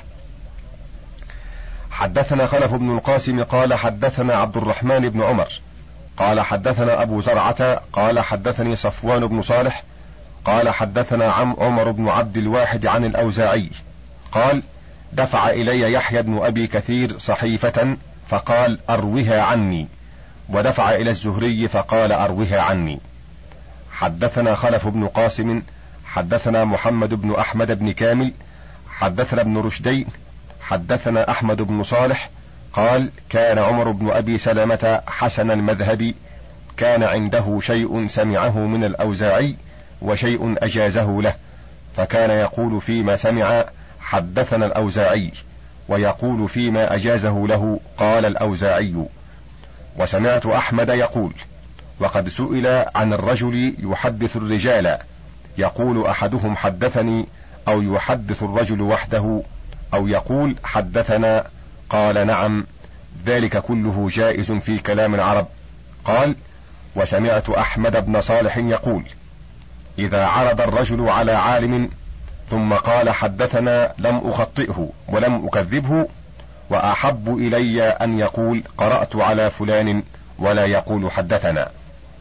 حدثنا خلف بن القاسم قال حدثنا عبد الرحمن بن عمر قال حدثنا أبو زرعة قال حدثني صفوان بن صالح قال حدثنا عم عمر بن عبد الواحد عن الأوزاعي قال: دفع إلي يحيى بن أبي كثير صحيفة فقال: أروها عني، ودفع إلى الزهري فقال: أروها عني. حدثنا خلف بن قاسم حدثنا محمد بن أحمد بن كامل حدثنا ابن رشدين حدثنا أحمد بن صالح قال: كان عمر بن أبي سلمة حسن المذهب، كان عنده شيء سمعه من الأوزاعي وشيء أجازه له، فكان يقول فيما سمع: حدثنا الأوزاعي، ويقول فيما أجازه له: قال الأوزاعي. وسمعت أحمد يقول: وقد سئل عن الرجل يحدث الرجال، يقول أحدهم حدثني، أو يحدث الرجل وحده، أو يقول حدثنا. قال: نعم، ذلك كله جائز في كلام العرب. قال: وسمعت أحمد بن صالح يقول: إذا عرض الرجل على عالم ثم قال حدثنا لم أخطئه ولم أكذبه، وأحب إلي أن يقول قرأت على فلان ولا يقول حدثنا.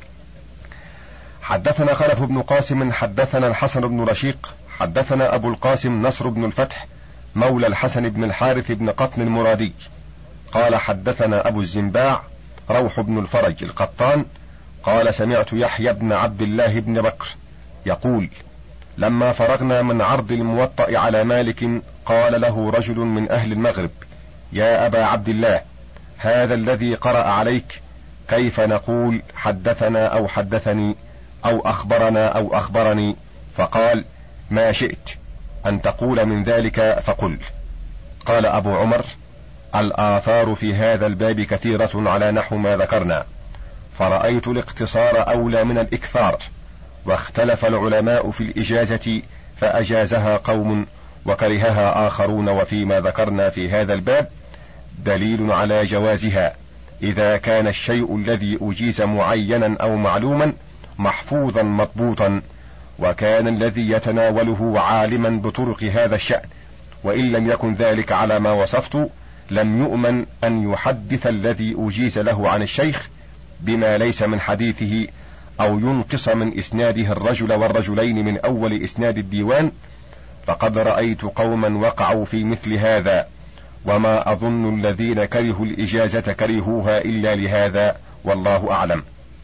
حدثنا خلف بن قاسم حدثنا الحسن بن رشيق حدثنا أبو القاسم نصر بن الفتح مولى الحسن بن الحارث بن قطن المرادي قال حدثنا أبو الزنباع روح بن الفرج القطان قال: سمعت يحيى بن عبد الله بن بكر يقول: لما فرغنا من عرض الموطأ على مالك قال له رجل من أهل المغرب: يا أبا عبد الله، هذا الذي قرأ عليك كيف نقول حدثنا أو حدثني أو أخبرنا أو أخبرني؟ فقال: ما شئت أن تقول من ذلك فقل. قال أبو عمر: الآثار في هذا الباب كثيرة على نحو ما ذكرنا، فرأيت الاقتصار أولى من الإكثار، واختلف العلماء في الإجازة فأجازها قوم وكرهها آخرون، وفيما ذكرنا في هذا الباب دليل على جوازها إذا كان الشيء الذي أجيز معينا أو معلوما محفوظا مضبوطا، وكان الذي يتناوله عالما بطرق هذا الشأن، وإن لم يكن ذلك على ما وصفت لم يؤمن أن يحدث الذي أجيز له عن الشيخ بما ليس من حديثه، أو ينقص من إسناده الرجل والرجلين من أول إسناد الديوان، فقد رأيت قوما وقعوا في مثل هذا، وما أظن الذين كرهوا الإجازة كرهوها إلا لهذا، والله أعلم.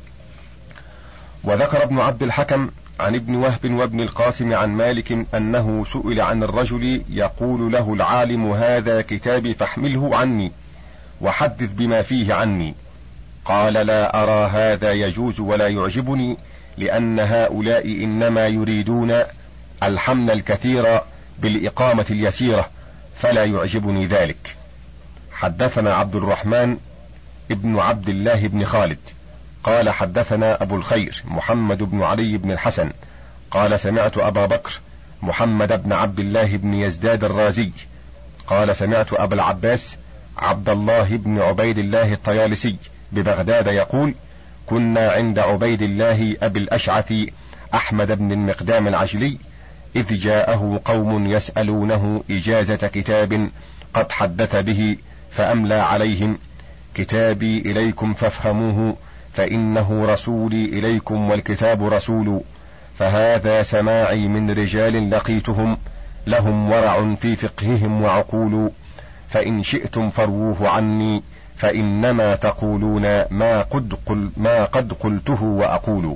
وذكر ابن عبد الحكم عن ابن وهب وابن القاسم عن مالك أنه سئل عن الرجل يقول له العالم: هذا كتابي فاحمله عني وحدث بما فيه عني. قال: لا أرى هذا يجوز ولا يعجبني، لأن هؤلاء إنما يريدون الحمل الكثير بالإقامة اليسيرة، فلا يعجبني ذلك. حدثنا عبد الرحمن ابن عبد الله بن خالد قال حدثنا أبو الخير محمد بن علي بن الحسن قال سمعت أبا بكر محمد بن عبد الله بن يزداد الرازي قال سمعت أبا العباس عبد الله بن عبيد الله الطيالسي ببغداد يقول: كنا عند عبيد الله أبي الأشعث أحمد بن المقدام العجلي إذ جاءه قوم يسألونه إجازة كتاب قد حدث به، فأملى عليهم: كتابي إليكم فافهموه، فإنه رسولي إليكم والكتاب رسول. فهذا سماعي من رجال لقيتهم لهم ورع في فقههم وعقول، فإن شئتم فروه عني، فإنما تقولون ما قد, قل ما قد قلته وأقول.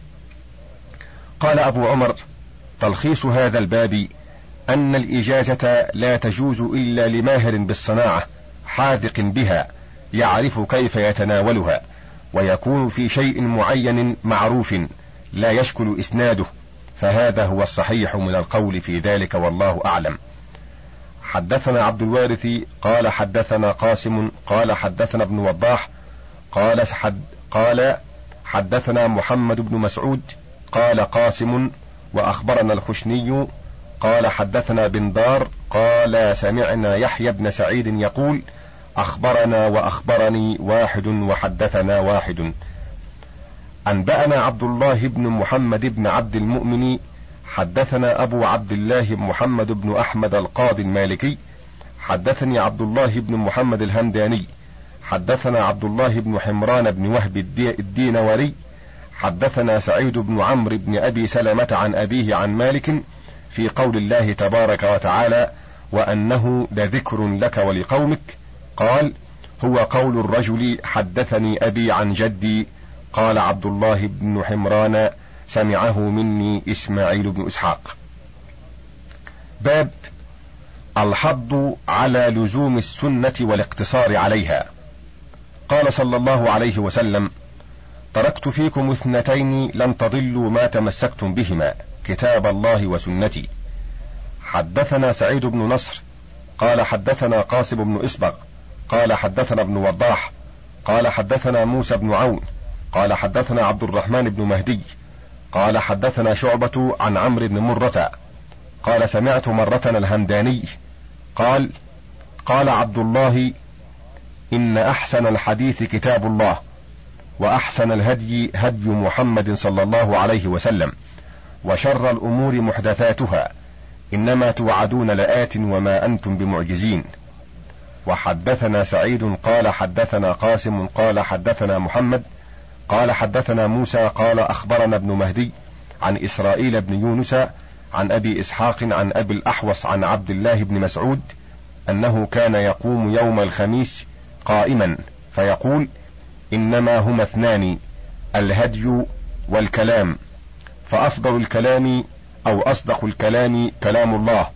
قال أبو عمر: تلخيص هذا الباب أن الإجازة لا تجوز إلا لماهر بالصناعة حاذق بها يعرف كيف يتناولها، ويكون في شيء معين معروف لا يشكل إسناده، فهذا هو الصحيح من القول في ذلك، والله أعلم. حدثنا عبد الوارث قال حدثنا قاسم قال حدثنا ابن وضاح قال حد قال حدثنا محمد بن مسعود قال قاسم وأخبرنا الخشني قال حدثنا بن دار قال سمعنا يحيى بن سعيد يقول: أخبرنا وأخبرني واحد وحدثنا واحد. أنبأنا عبد الله بن محمد بن عبد المؤمن حدثنا أبو عبد الله محمد بن أحمد القاضي المالكي حدثني عبد الله بن محمد الهمداني حدثنا عبد الله بن حمران بن وهب الدينوري حدثنا سعيد بن عمرو بن أبي سلمة عن أبيه عن مالك في قول الله تبارك وتعالى: وأنه لذكر لك ولقومك. قال: هو قول الرجل حدثني أبي عن جدي. قال عبد الله بن حمران: سمعه مني إسماعيل بن إسحاق. باب الحض على لزوم السنة والاقتصار عليها. قال صلى الله عليه وسلم: تركت فيكم اثنتين لن تضلوا ما تمسكتم بهما، كتاب الله وسنتي. حدثنا سعيد بن نصر قال حدثنا قاسم بن إسبغ قال حدثنا ابن وضاح قال حدثنا موسى بن عون قال حدثنا عبد الرحمن بن مهدي قال حدثنا شعبة عن عمرو بن مرة قال سمعت مرة الهمداني قال: قال عبد الله: إن أحسن الحديث كتاب الله، وأحسن الهدي هدي محمد صلى الله عليه وسلم، وشر الأمور محدثاتها، إنما توعدون لآت وما أنتم بمعجزين. وحدثنا سعيد قال حدثنا قاسم قال حدثنا محمد قال حدثنا موسى قال أخبرنا ابن مهدي عن إسرائيل بن يونس عن أبي إسحاق عن أبي الأحوص عن عبد الله بن مسعود أنه كان يقوم يوم الخميس قائما فيقول: إنما هما اثنان، الهدي والكلام، فأفضل الكلام أو أصدق الكلام كلام الله،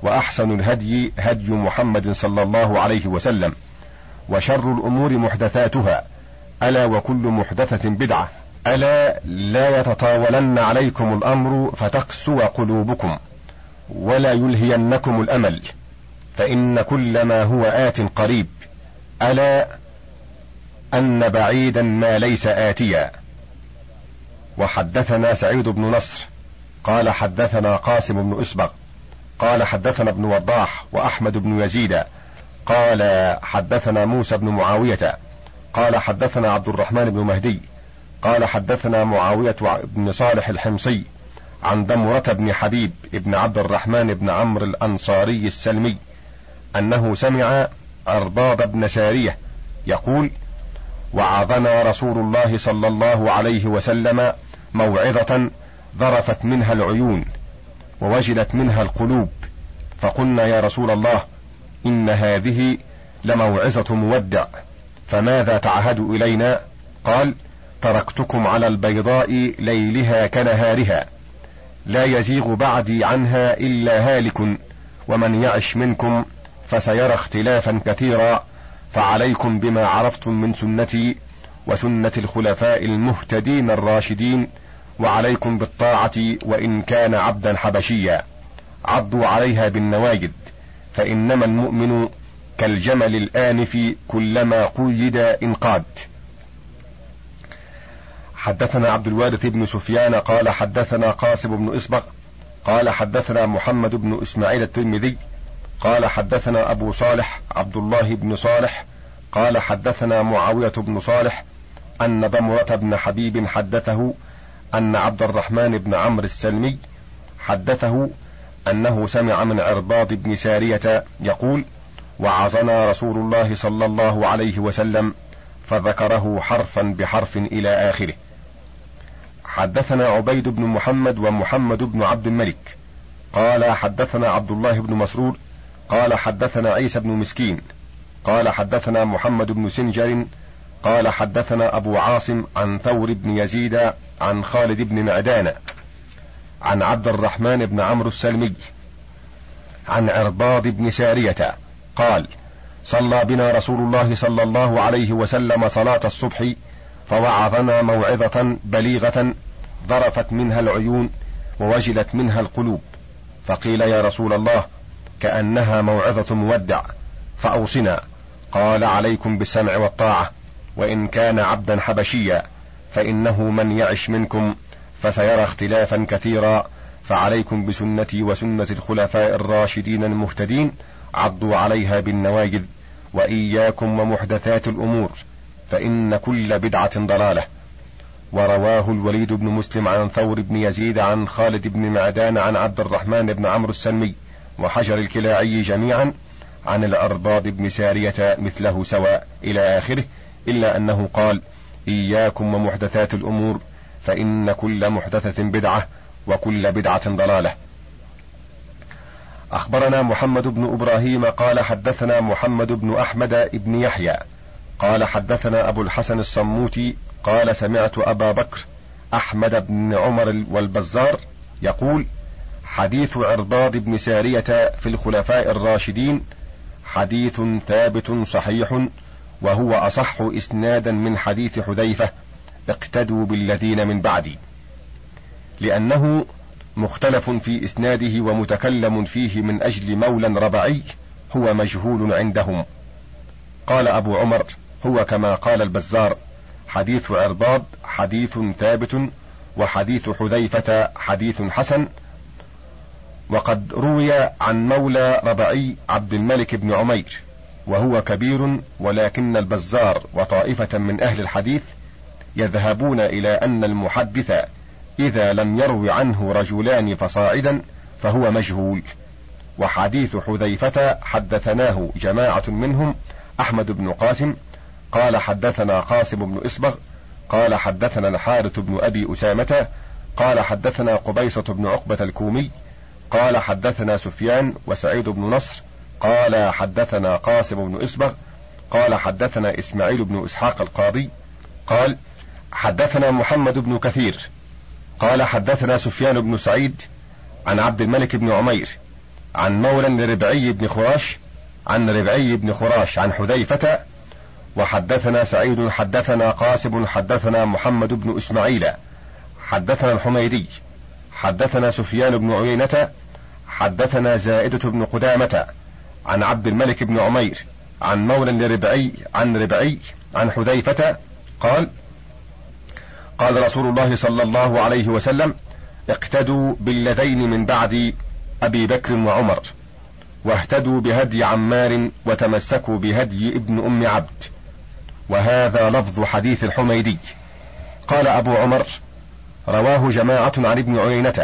وأحسن الهدي هدي محمد صلى الله عليه وسلم، وشر الأمور محدثاتها، ألا وكل محدثة بدعة، ألا لا يتطاولن عليكم الأمر فتقسو قلوبكم، ولا يلهينكم الأمل، فإن كل ما هو آت قريب، ألا أن بعيدا ما ليس آتيا. وحدثنا سعيد بن نصر قال حدثنا قاسم بن إسبغ قال حدثنا ابن وضاح وأحمد بن يزيد قال حدثنا موسى بن معاوية قال حدثنا عبد الرحمن بن مهدي قال حدثنا معاوية بن صالح الحمصي عن دمرة بن حبيب ابن عبد الرحمن بن عمرو الأنصاري السلمي أنه سمع عرباض بن سارية يقول: وعظنا رسول الله صلى الله عليه وسلم موعظة ذرفت منها العيون ووجلت منها القلوب، فقلنا يا رسول الله إن هذه لموعظة مودع، فماذا تعهد إلينا؟ قال: تركتكم على البيضاء ليلها كنهارها، لا يزيغ بعدي عنها إلا هالك، ومن يعش منكم فسيرى اختلافا كثيرا، فعليكم بما عرفتم من سنتي وسنة الخلفاء المهتدين الراشدين، وعليكم بالطاعة وإن كان عبدا حبشيا، عضوا عليها بالنواجذ، فإنما المؤمن كالجمل الآنف كلما قيد انقاد. حدثنا عبد الوارث بن سفيان قال حدثنا قاسم بن إسبغ قال حدثنا محمد بن إسماعيل الترمذي قال حدثنا أبو صالح عبد الله بن صالح قال حدثنا معاوية بن صالح أن ضمرة بن حبيب حدثه أن عبد الرحمن بن عمرو السلمي حدثه أنه سمع من عرباض بن سارية يقول: وعظنا رسول الله صلى الله عليه وسلم، فذكره حرفا بحرف إلى آخره. حدثنا عبيد بن محمد ومحمد بن عبد الملك قال حدثنا عبد الله بن مسرور قال حدثنا عيسى بن مسكين قال حدثنا محمد بن سنجر قال حدثنا أبو عاصم عن ثور بن يزيد عن خالد بن معدان عن عبد الرحمن بن عمرو السلمي عن عرباض بن سارية قال: صلى بنا رسول الله صلى الله عليه وسلم صلاة الصبح، فوعظنا موعظة بليغة ذرفت منها العيون ووجلت منها القلوب، فقيل يا رسول الله كأنها موعظة مودع، فأوصنا. قال: عليكم بالسمع والطاعة، وإن كان عبدا حبشيا، فإنه من يعش منكم فسيرى اختلافا كثيرا، فعليكم بسنتي وسنة الخلفاء الراشدين المهتدين، عضوا عليها بالنواجذ، وإياكم ومحدثات الأمور، فإن كل بدعة ضلالة. ورواه الوليد بن مسلم عن ثور بن يزيد عن خالد بن معدان عن عبد الرحمن بن عمرو السلمي وحجر الكلاعي جميعا عن الأرباض بن سارية مثله سواء إلى آخره، إلا أنه قال: إياكم ومحدثات الأمور، فإن كل محدثة بدعة وكل بدعة ضلالة. أخبرنا محمد بن إبراهيم قال حدثنا محمد بن أحمد بن يحيى قال حدثنا أبو الحسن الصموتي قال سمعت أبا بكر أحمد بن عمر والبزار يقول: حديث عرباض بن سارية في الخلفاء الراشدين حديث ثابت صحيح، وهو أصح إسنادا من حديث حذيفة: اقتدوا بالذين من بعدي، لأنه مختلف في إسناده ومتكلم فيه من أجل مولى ربعي هو مجهول عندهم. قال أبو عمر: هو كما قال البزار، حديث عرباض حديث ثابت، وحديث حذيفة حديث حسن. وقد روي عن مولى ربعي عبد الملك بن عمير وهو كبير، ولكن البزار وطائفة من أهل الحديث يذهبون إلى أن المحدث إذا لم يروي عنه رجلان فصاعدا فهو مجهول. وحديث حذيفة حدثناه جماعة منهم أحمد بن قاسم قال حدثنا قاسم بن إسبغ قال حدثنا الحارث بن أبي أسامة قال حدثنا قبيصة بن عقبة الكومي قال حدثنا سفيان وسعيد بن نصر قال حدثنا قاسم بن إسبغ قال حدثنا إسماعيل بن إسحاق القاضي قال حدثنا محمد بن كثير قال حدثنا سفيان بن سعيد عن عبد الملك بن عمير عن مولى لربعي بن خراش عن ربعي بن خراش عن حذيفة. وحدثنا سعيد حدثنا قاسم حدثنا محمد بن إسماعيل حدثنا الحميدي حدثنا سفيان بن عيينة حدثنا زائدة بن قدامة عن عبد الملك بن عمير عن مولى لربعي عن ربعي عن حذيفة قال: قال رسول الله صلى الله عليه وسلم: اقتدوا بالذين من بعد أبي بكر وعمر، واهتدوا بهدي عمار، وتمسكوا بهدي ابن أم عبد. وهذا لفظ حديث الحميدي. قال أبو عمر: رواه جماعة عن ابن عيينة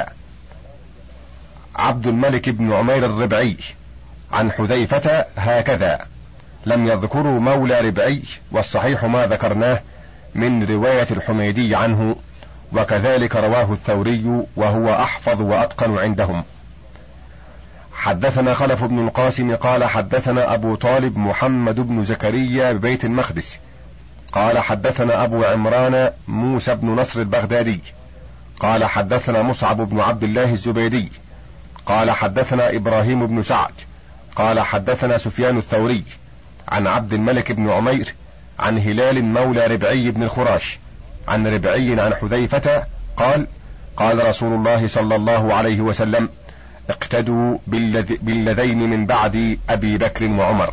عبد الملك بن عمير الربعي عن حذيفة هكذا، لم يذكروا مولى ربعي، والصحيح ما ذكرناه من رواية الحميدي عنه، وكذلك رواه الثوري وهو أحفظ وأتقن عندهم. حدثنا خلف بن القاسم قال حدثنا أبو طالب محمد بن زكريا ببيت المقدس قال حدثنا أبو عمران موسى بن نصر البغدادي قال حدثنا مصعب بن عبد الله الزبيدي قال حدثنا إبراهيم بن سعد قال حدثنا سفيان الثوري عن عبد الملك بن عمير عن هلال مولى ربعي بن الخراش عن ربعي عن حذيفة قال: قال رسول الله صلى الله عليه وسلم: اقتدوا بالذين من بعد أبي بكر وعمر.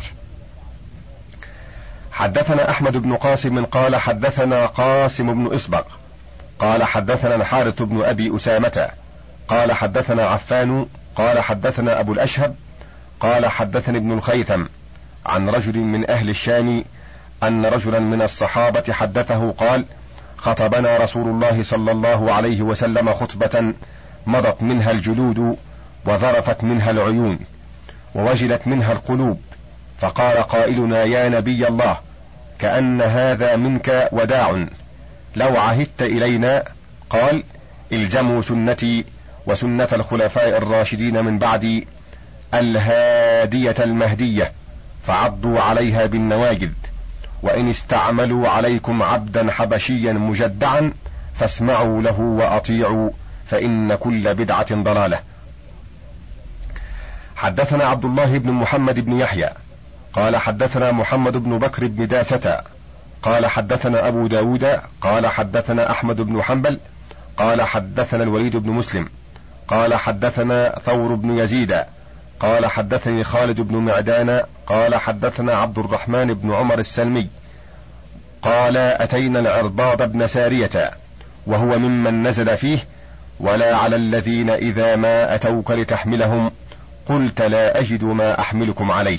حدثنا أحمد بن قاسم قال حدثنا قاسم بن إصبغ قال حدثنا الحارث بن أبي أسامة قال حدثنا عفان قال حدثنا أبو الأشهب قال حدثني ابن الخيثم عن رجل من أهل الشام أن رجلا من الصحابة حدثه قال: خطبنا رسول الله صلى الله عليه وسلم خطبة مضت منها الجلود وذرفت منها العيون ووجلت منها القلوب، فقال قائلنا: يا نبي الله، كأن هذا منك وداع، لو عهدت إلينا. قال: الزموا سنتي وسنة الخلفاء الراشدين من بعدي الهادية المهدية، فعضوا عليها بالنواجذ، وإن استعملوا عليكم عبدا حبشيا مجدعا فاسمعوا له وأطيعوا، فإن كل بدعة ضلالة. حدثنا عبد الله بن محمد بن يحيى قال حدثنا محمد بن بكر بن داسة قال حدثنا أبو داود قال حدثنا أحمد بن حنبل قال حدثنا الوليد بن مسلم قال حدثنا ثور بن يزيد قال حدثني خالد بن معدان قال حدثنا عبد الرحمن بن عمر السلمي قال: أتينا العرباض بن سارية وهو ممن نزل فيه: ولا على الذين إذا ما أتوك لتحملهم قلت لا أجد ما أحملكم عليه.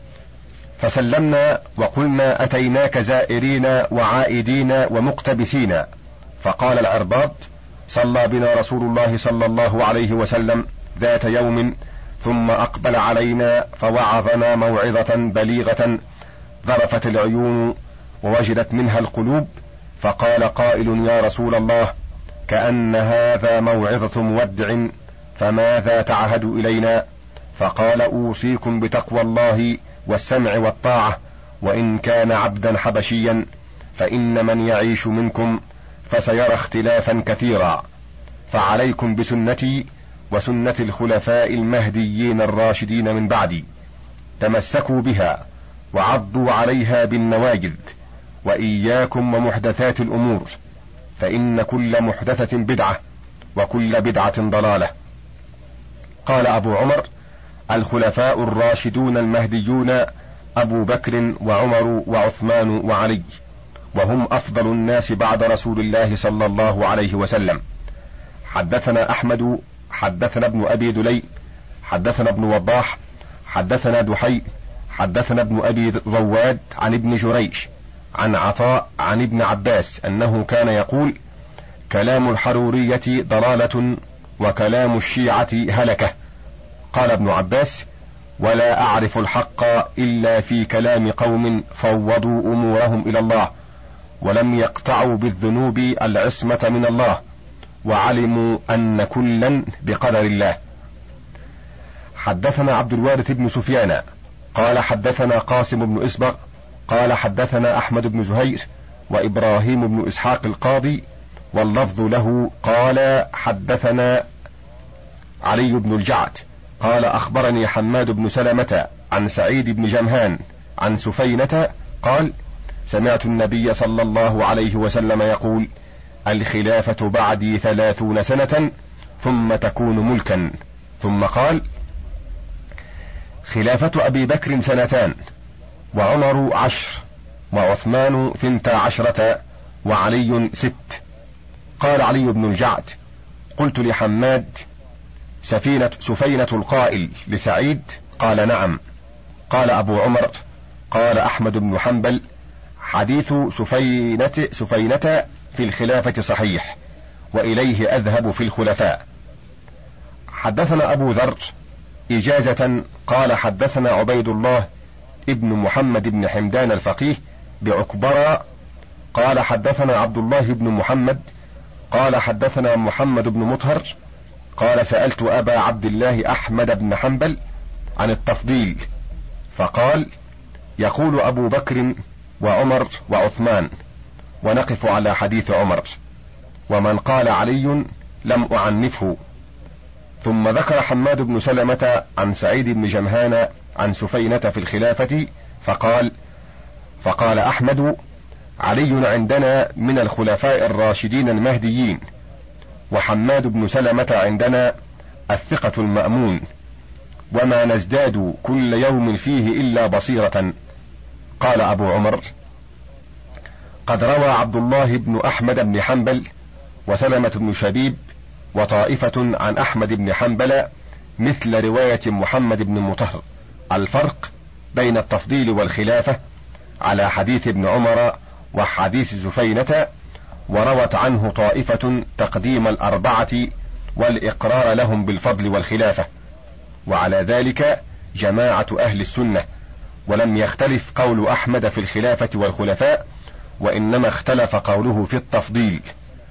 فسلمنا وقلنا: أتيناك زائرين وعائدين ومقتبسين. فقال العرباض: صلى بنا رسول الله صلى الله عليه وسلم ذات يوم، ثم أقبل علينا فوعظنا موعظة بليغة ذرفت العيون ووجدت منها القلوب، فقال قائل: يا رسول الله، كأن هذا موعظة مودع، فماذا تعهد إلينا؟ فقال: أوصيكم بتقوى الله والسمع والطاعة، وإن كان عبدا حبشيا، فإن من يعيش منكم فسيرى اختلافا كثيرا، فعليكم بسنتي وسنة الخلفاء المهديين الراشدين من بعدي، تمسكوا بها وعضوا عليها بالنواجذ، وإياكم ومحدثات الأمور، فإن كل محدثة بدعة وكل بدعة ضلالة. قال أبو عمر: الخلفاء الراشدون المهديون أبو بكر وعمر وعثمان وعلي، وهم أفضل الناس بعد رسول الله صلى الله عليه وسلم. حدثنا أحمد حدثنا ابن أبي دلي حدثنا ابن وضاح حدثنا دحي حدثنا ابن أبي رواد عن ابن جريش عن عطاء عن ابن عباس أنه كان يقول: كلام الحرورية ضلالة وكلام الشيعة هلكة. قال ابن عباس: ولا أعرف الحق إلا في كلام قوم فوضوا أمورهم إلى الله، ولم يقطعوا بالذنوب العصمة من الله، وعلموا أن كلا بقدر الله. حدثنا عبد الوارث بن سفيان قال حدثنا قاسم بن إصبغ قال حدثنا أحمد بن زهير وإبراهيم بن إسحاق القاضي، واللفظ له قال حدثنا علي بن الجعد قال أخبرني حماد بن سلمة عن سعيد بن جمهان عن سفينة قال سمعت النبي صلى الله عليه وسلم يقول الخلافة بعدي ثلاثون سنة ثم تكون ملكا. ثم قال خلافة أبي بكر سنتان وعمر عشر وعثمان ثنتا عشرة وعلي ست. قال علي بن الجعد قلت لحماد سفينة سفينة القائل لسعيد؟ قال نعم. قال أبو عمر قال أحمد بن حنبل حديث سفينة, سفينة في الخلافة صحيح وإليه أذهب في الخلفاء. حدثنا أبو ذر إجازة قال حدثنا عبيد الله ابن محمد بن حمدان الفقيه بعكبرى قال حدثنا عبد الله بن محمد قال حدثنا محمد بن مطهر قال سألت أبا عبد الله أحمد بن حنبل عن التفضيل فقال يقول أبو بكر وعمر وعثمان ونقف على حديث عمر، ومن قال علي لم أعنفه. ثم ذكر حماد بن سلمة عن سعيد بن جمهان عن سفينة في الخلافة فقال فقال أحمد علي عندنا من الخلفاء الراشدين المهديين، وحماد بن سلمة عندنا الثقة المأمون، وما نزداد كل يوم فيه إلا بصيرة. قال أبو عمر قد روى عبد الله بن أحمد بن حنبل وسلمة بن شبيب وطائفة عن أحمد بن حنبل مثل رواية محمد بن مطهر الفرق بين التفضيل والخلافة على حديث ابن عمر وحديث زفينة، وروت عنه طائفة تقديم الأربعة والإقرار لهم بالفضل والخلافة، وعلى ذلك جماعة أهل السنة، ولم يختلف قول أحمد في الخلافة والخلفاء، وإنما اختلف قوله في التفضيل.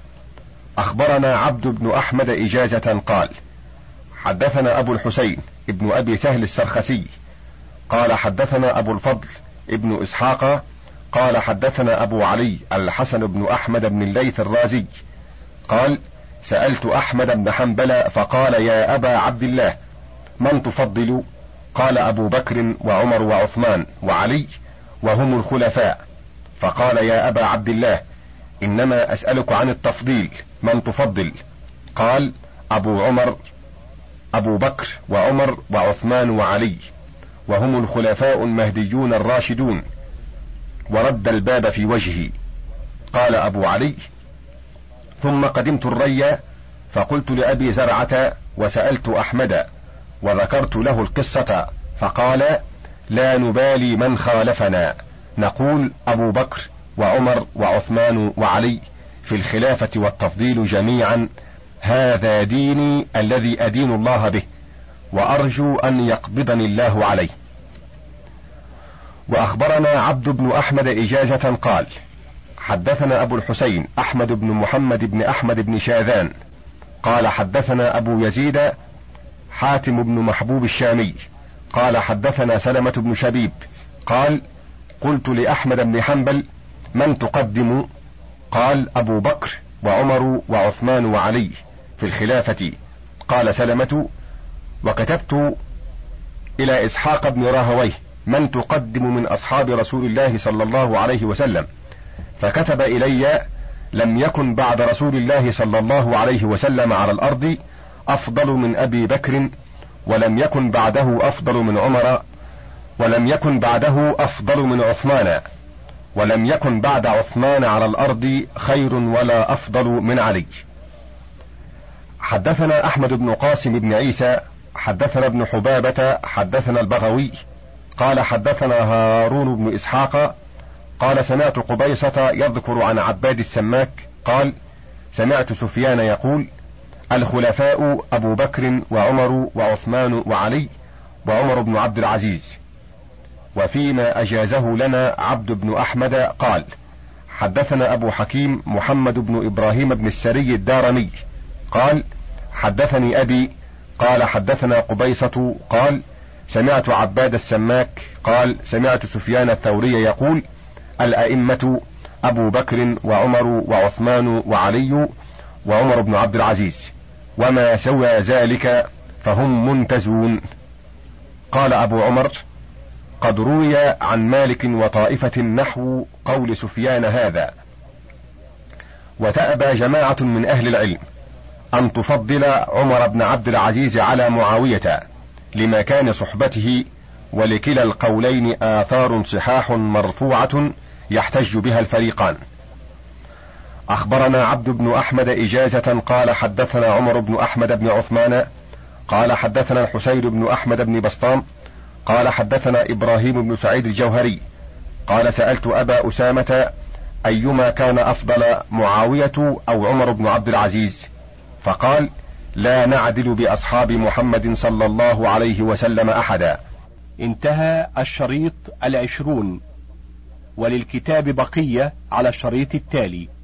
أخبرنا عبد بن أحمد إجازة قال حدثنا أبو الحسين ابن أبي سهل السرخسي قال حدثنا أبو الفضل ابن إسحاق قال حدثنا أبو علي الحسن بن أحمد بن الليث الرازي قال سألت أحمد بن حنبل فقال يا أبا عبد الله من تفضل؟ قال أبو بكر وعمر وعثمان وعلي وهم الخلفاء. فقال يا أبا عبد الله إنما أسألك عن التفضيل، من تفضل؟ قال أبو عمر أبو بكر وعمر وعثمان وعلي وهم الخلفاء المهديون الراشدون، ورد الباب في وجهي. قال أبو علي ثم قدمت الري فقلت لأبي زرعة وسألت أحمد وذكرت له القصة، فقال لا نبالي من خالفنا، نقول أبو بكر وعمر وعثمان وعلي في الخلافة والتفضيل جميعا، هذا ديني الذي أدين الله به، وأرجو أن يقبضني الله عليه. وأخبرنا عبد بن أحمد إجازة قال حدثنا أبو الحسين أحمد بن محمد بن أحمد بن شاذان قال حدثنا أبو يزيد حاتم بن محبوب الشامي قال حدثنا سلمة بن شبيب قال قلت لأحمد بن حنبل من تقدم؟ قال أبو بكر وعمر وعثمان وعلي في الخلافة. قال سلمة وكتبت إلى إسحاق بن راهويه من تقدم من أصحاب رسول الله صلى الله عليه وسلم، فكتب إلي لم يكن بعد رسول الله صلى الله عليه وسلم على الأرض أفضل من أبي بكر، ولم يكن بعده أفضل من عمر، ولم يكن بعده أفضل من عثمان، ولم يكن بعد عثمان على الأرض خير ولا أفضل من علي. حدثنا أحمد بن قاسم بن عيسى حدثنا ابن حبابة حدثنا البغوي قال حدثنا هارون بن إسحاق قال سمعت قبيصة يذكر عن عباد السماك قال سمعت سفيان يقول الخلفاء أبو بكر وعمر وعثمان وعلي وعمر بن عبد العزيز. وفيما أجازه لنا عبد بن أحمد قال حدثنا أبو حكيم محمد بن إبراهيم بن السري الدارمي قال حدثني أبي قال حدثنا قبيصة قال سمعت عباد السماك قال سمعت سفيان الثوري يقول الأئمة أبو بكر وعمر وعثمان وعلي وعمر بن عبد العزيز، وما سوى ذلك فهم منتزون. قال أبو عمر: قد روي عن مالك وطائفة نحو قول سفيان هذا. وتأبى جماعة من أهل العلم أن تفضل عمر بن عبد العزيز على معاوية لمكان صحبته، ولكلا القولين آثار صحاح مرفوعة يحتج بها الفريقان. أخبرنا عبد بن أحمد إجازة قال حدثنا عمر بن أحمد بن عثمان قال حدثنا الحسين بن أحمد بن بسطام قال حدثنا إبراهيم بن سعيد الجوهري قال سألت أبا أسامة أيما كان أفضل، معاوية أو عمر بن عبد العزيز؟ فقال: لا نعدل بأصحاب محمد صلى الله عليه وسلم أحدا. انتهى الشريط العشرون، وللكتاب بقية على الشريط التالي.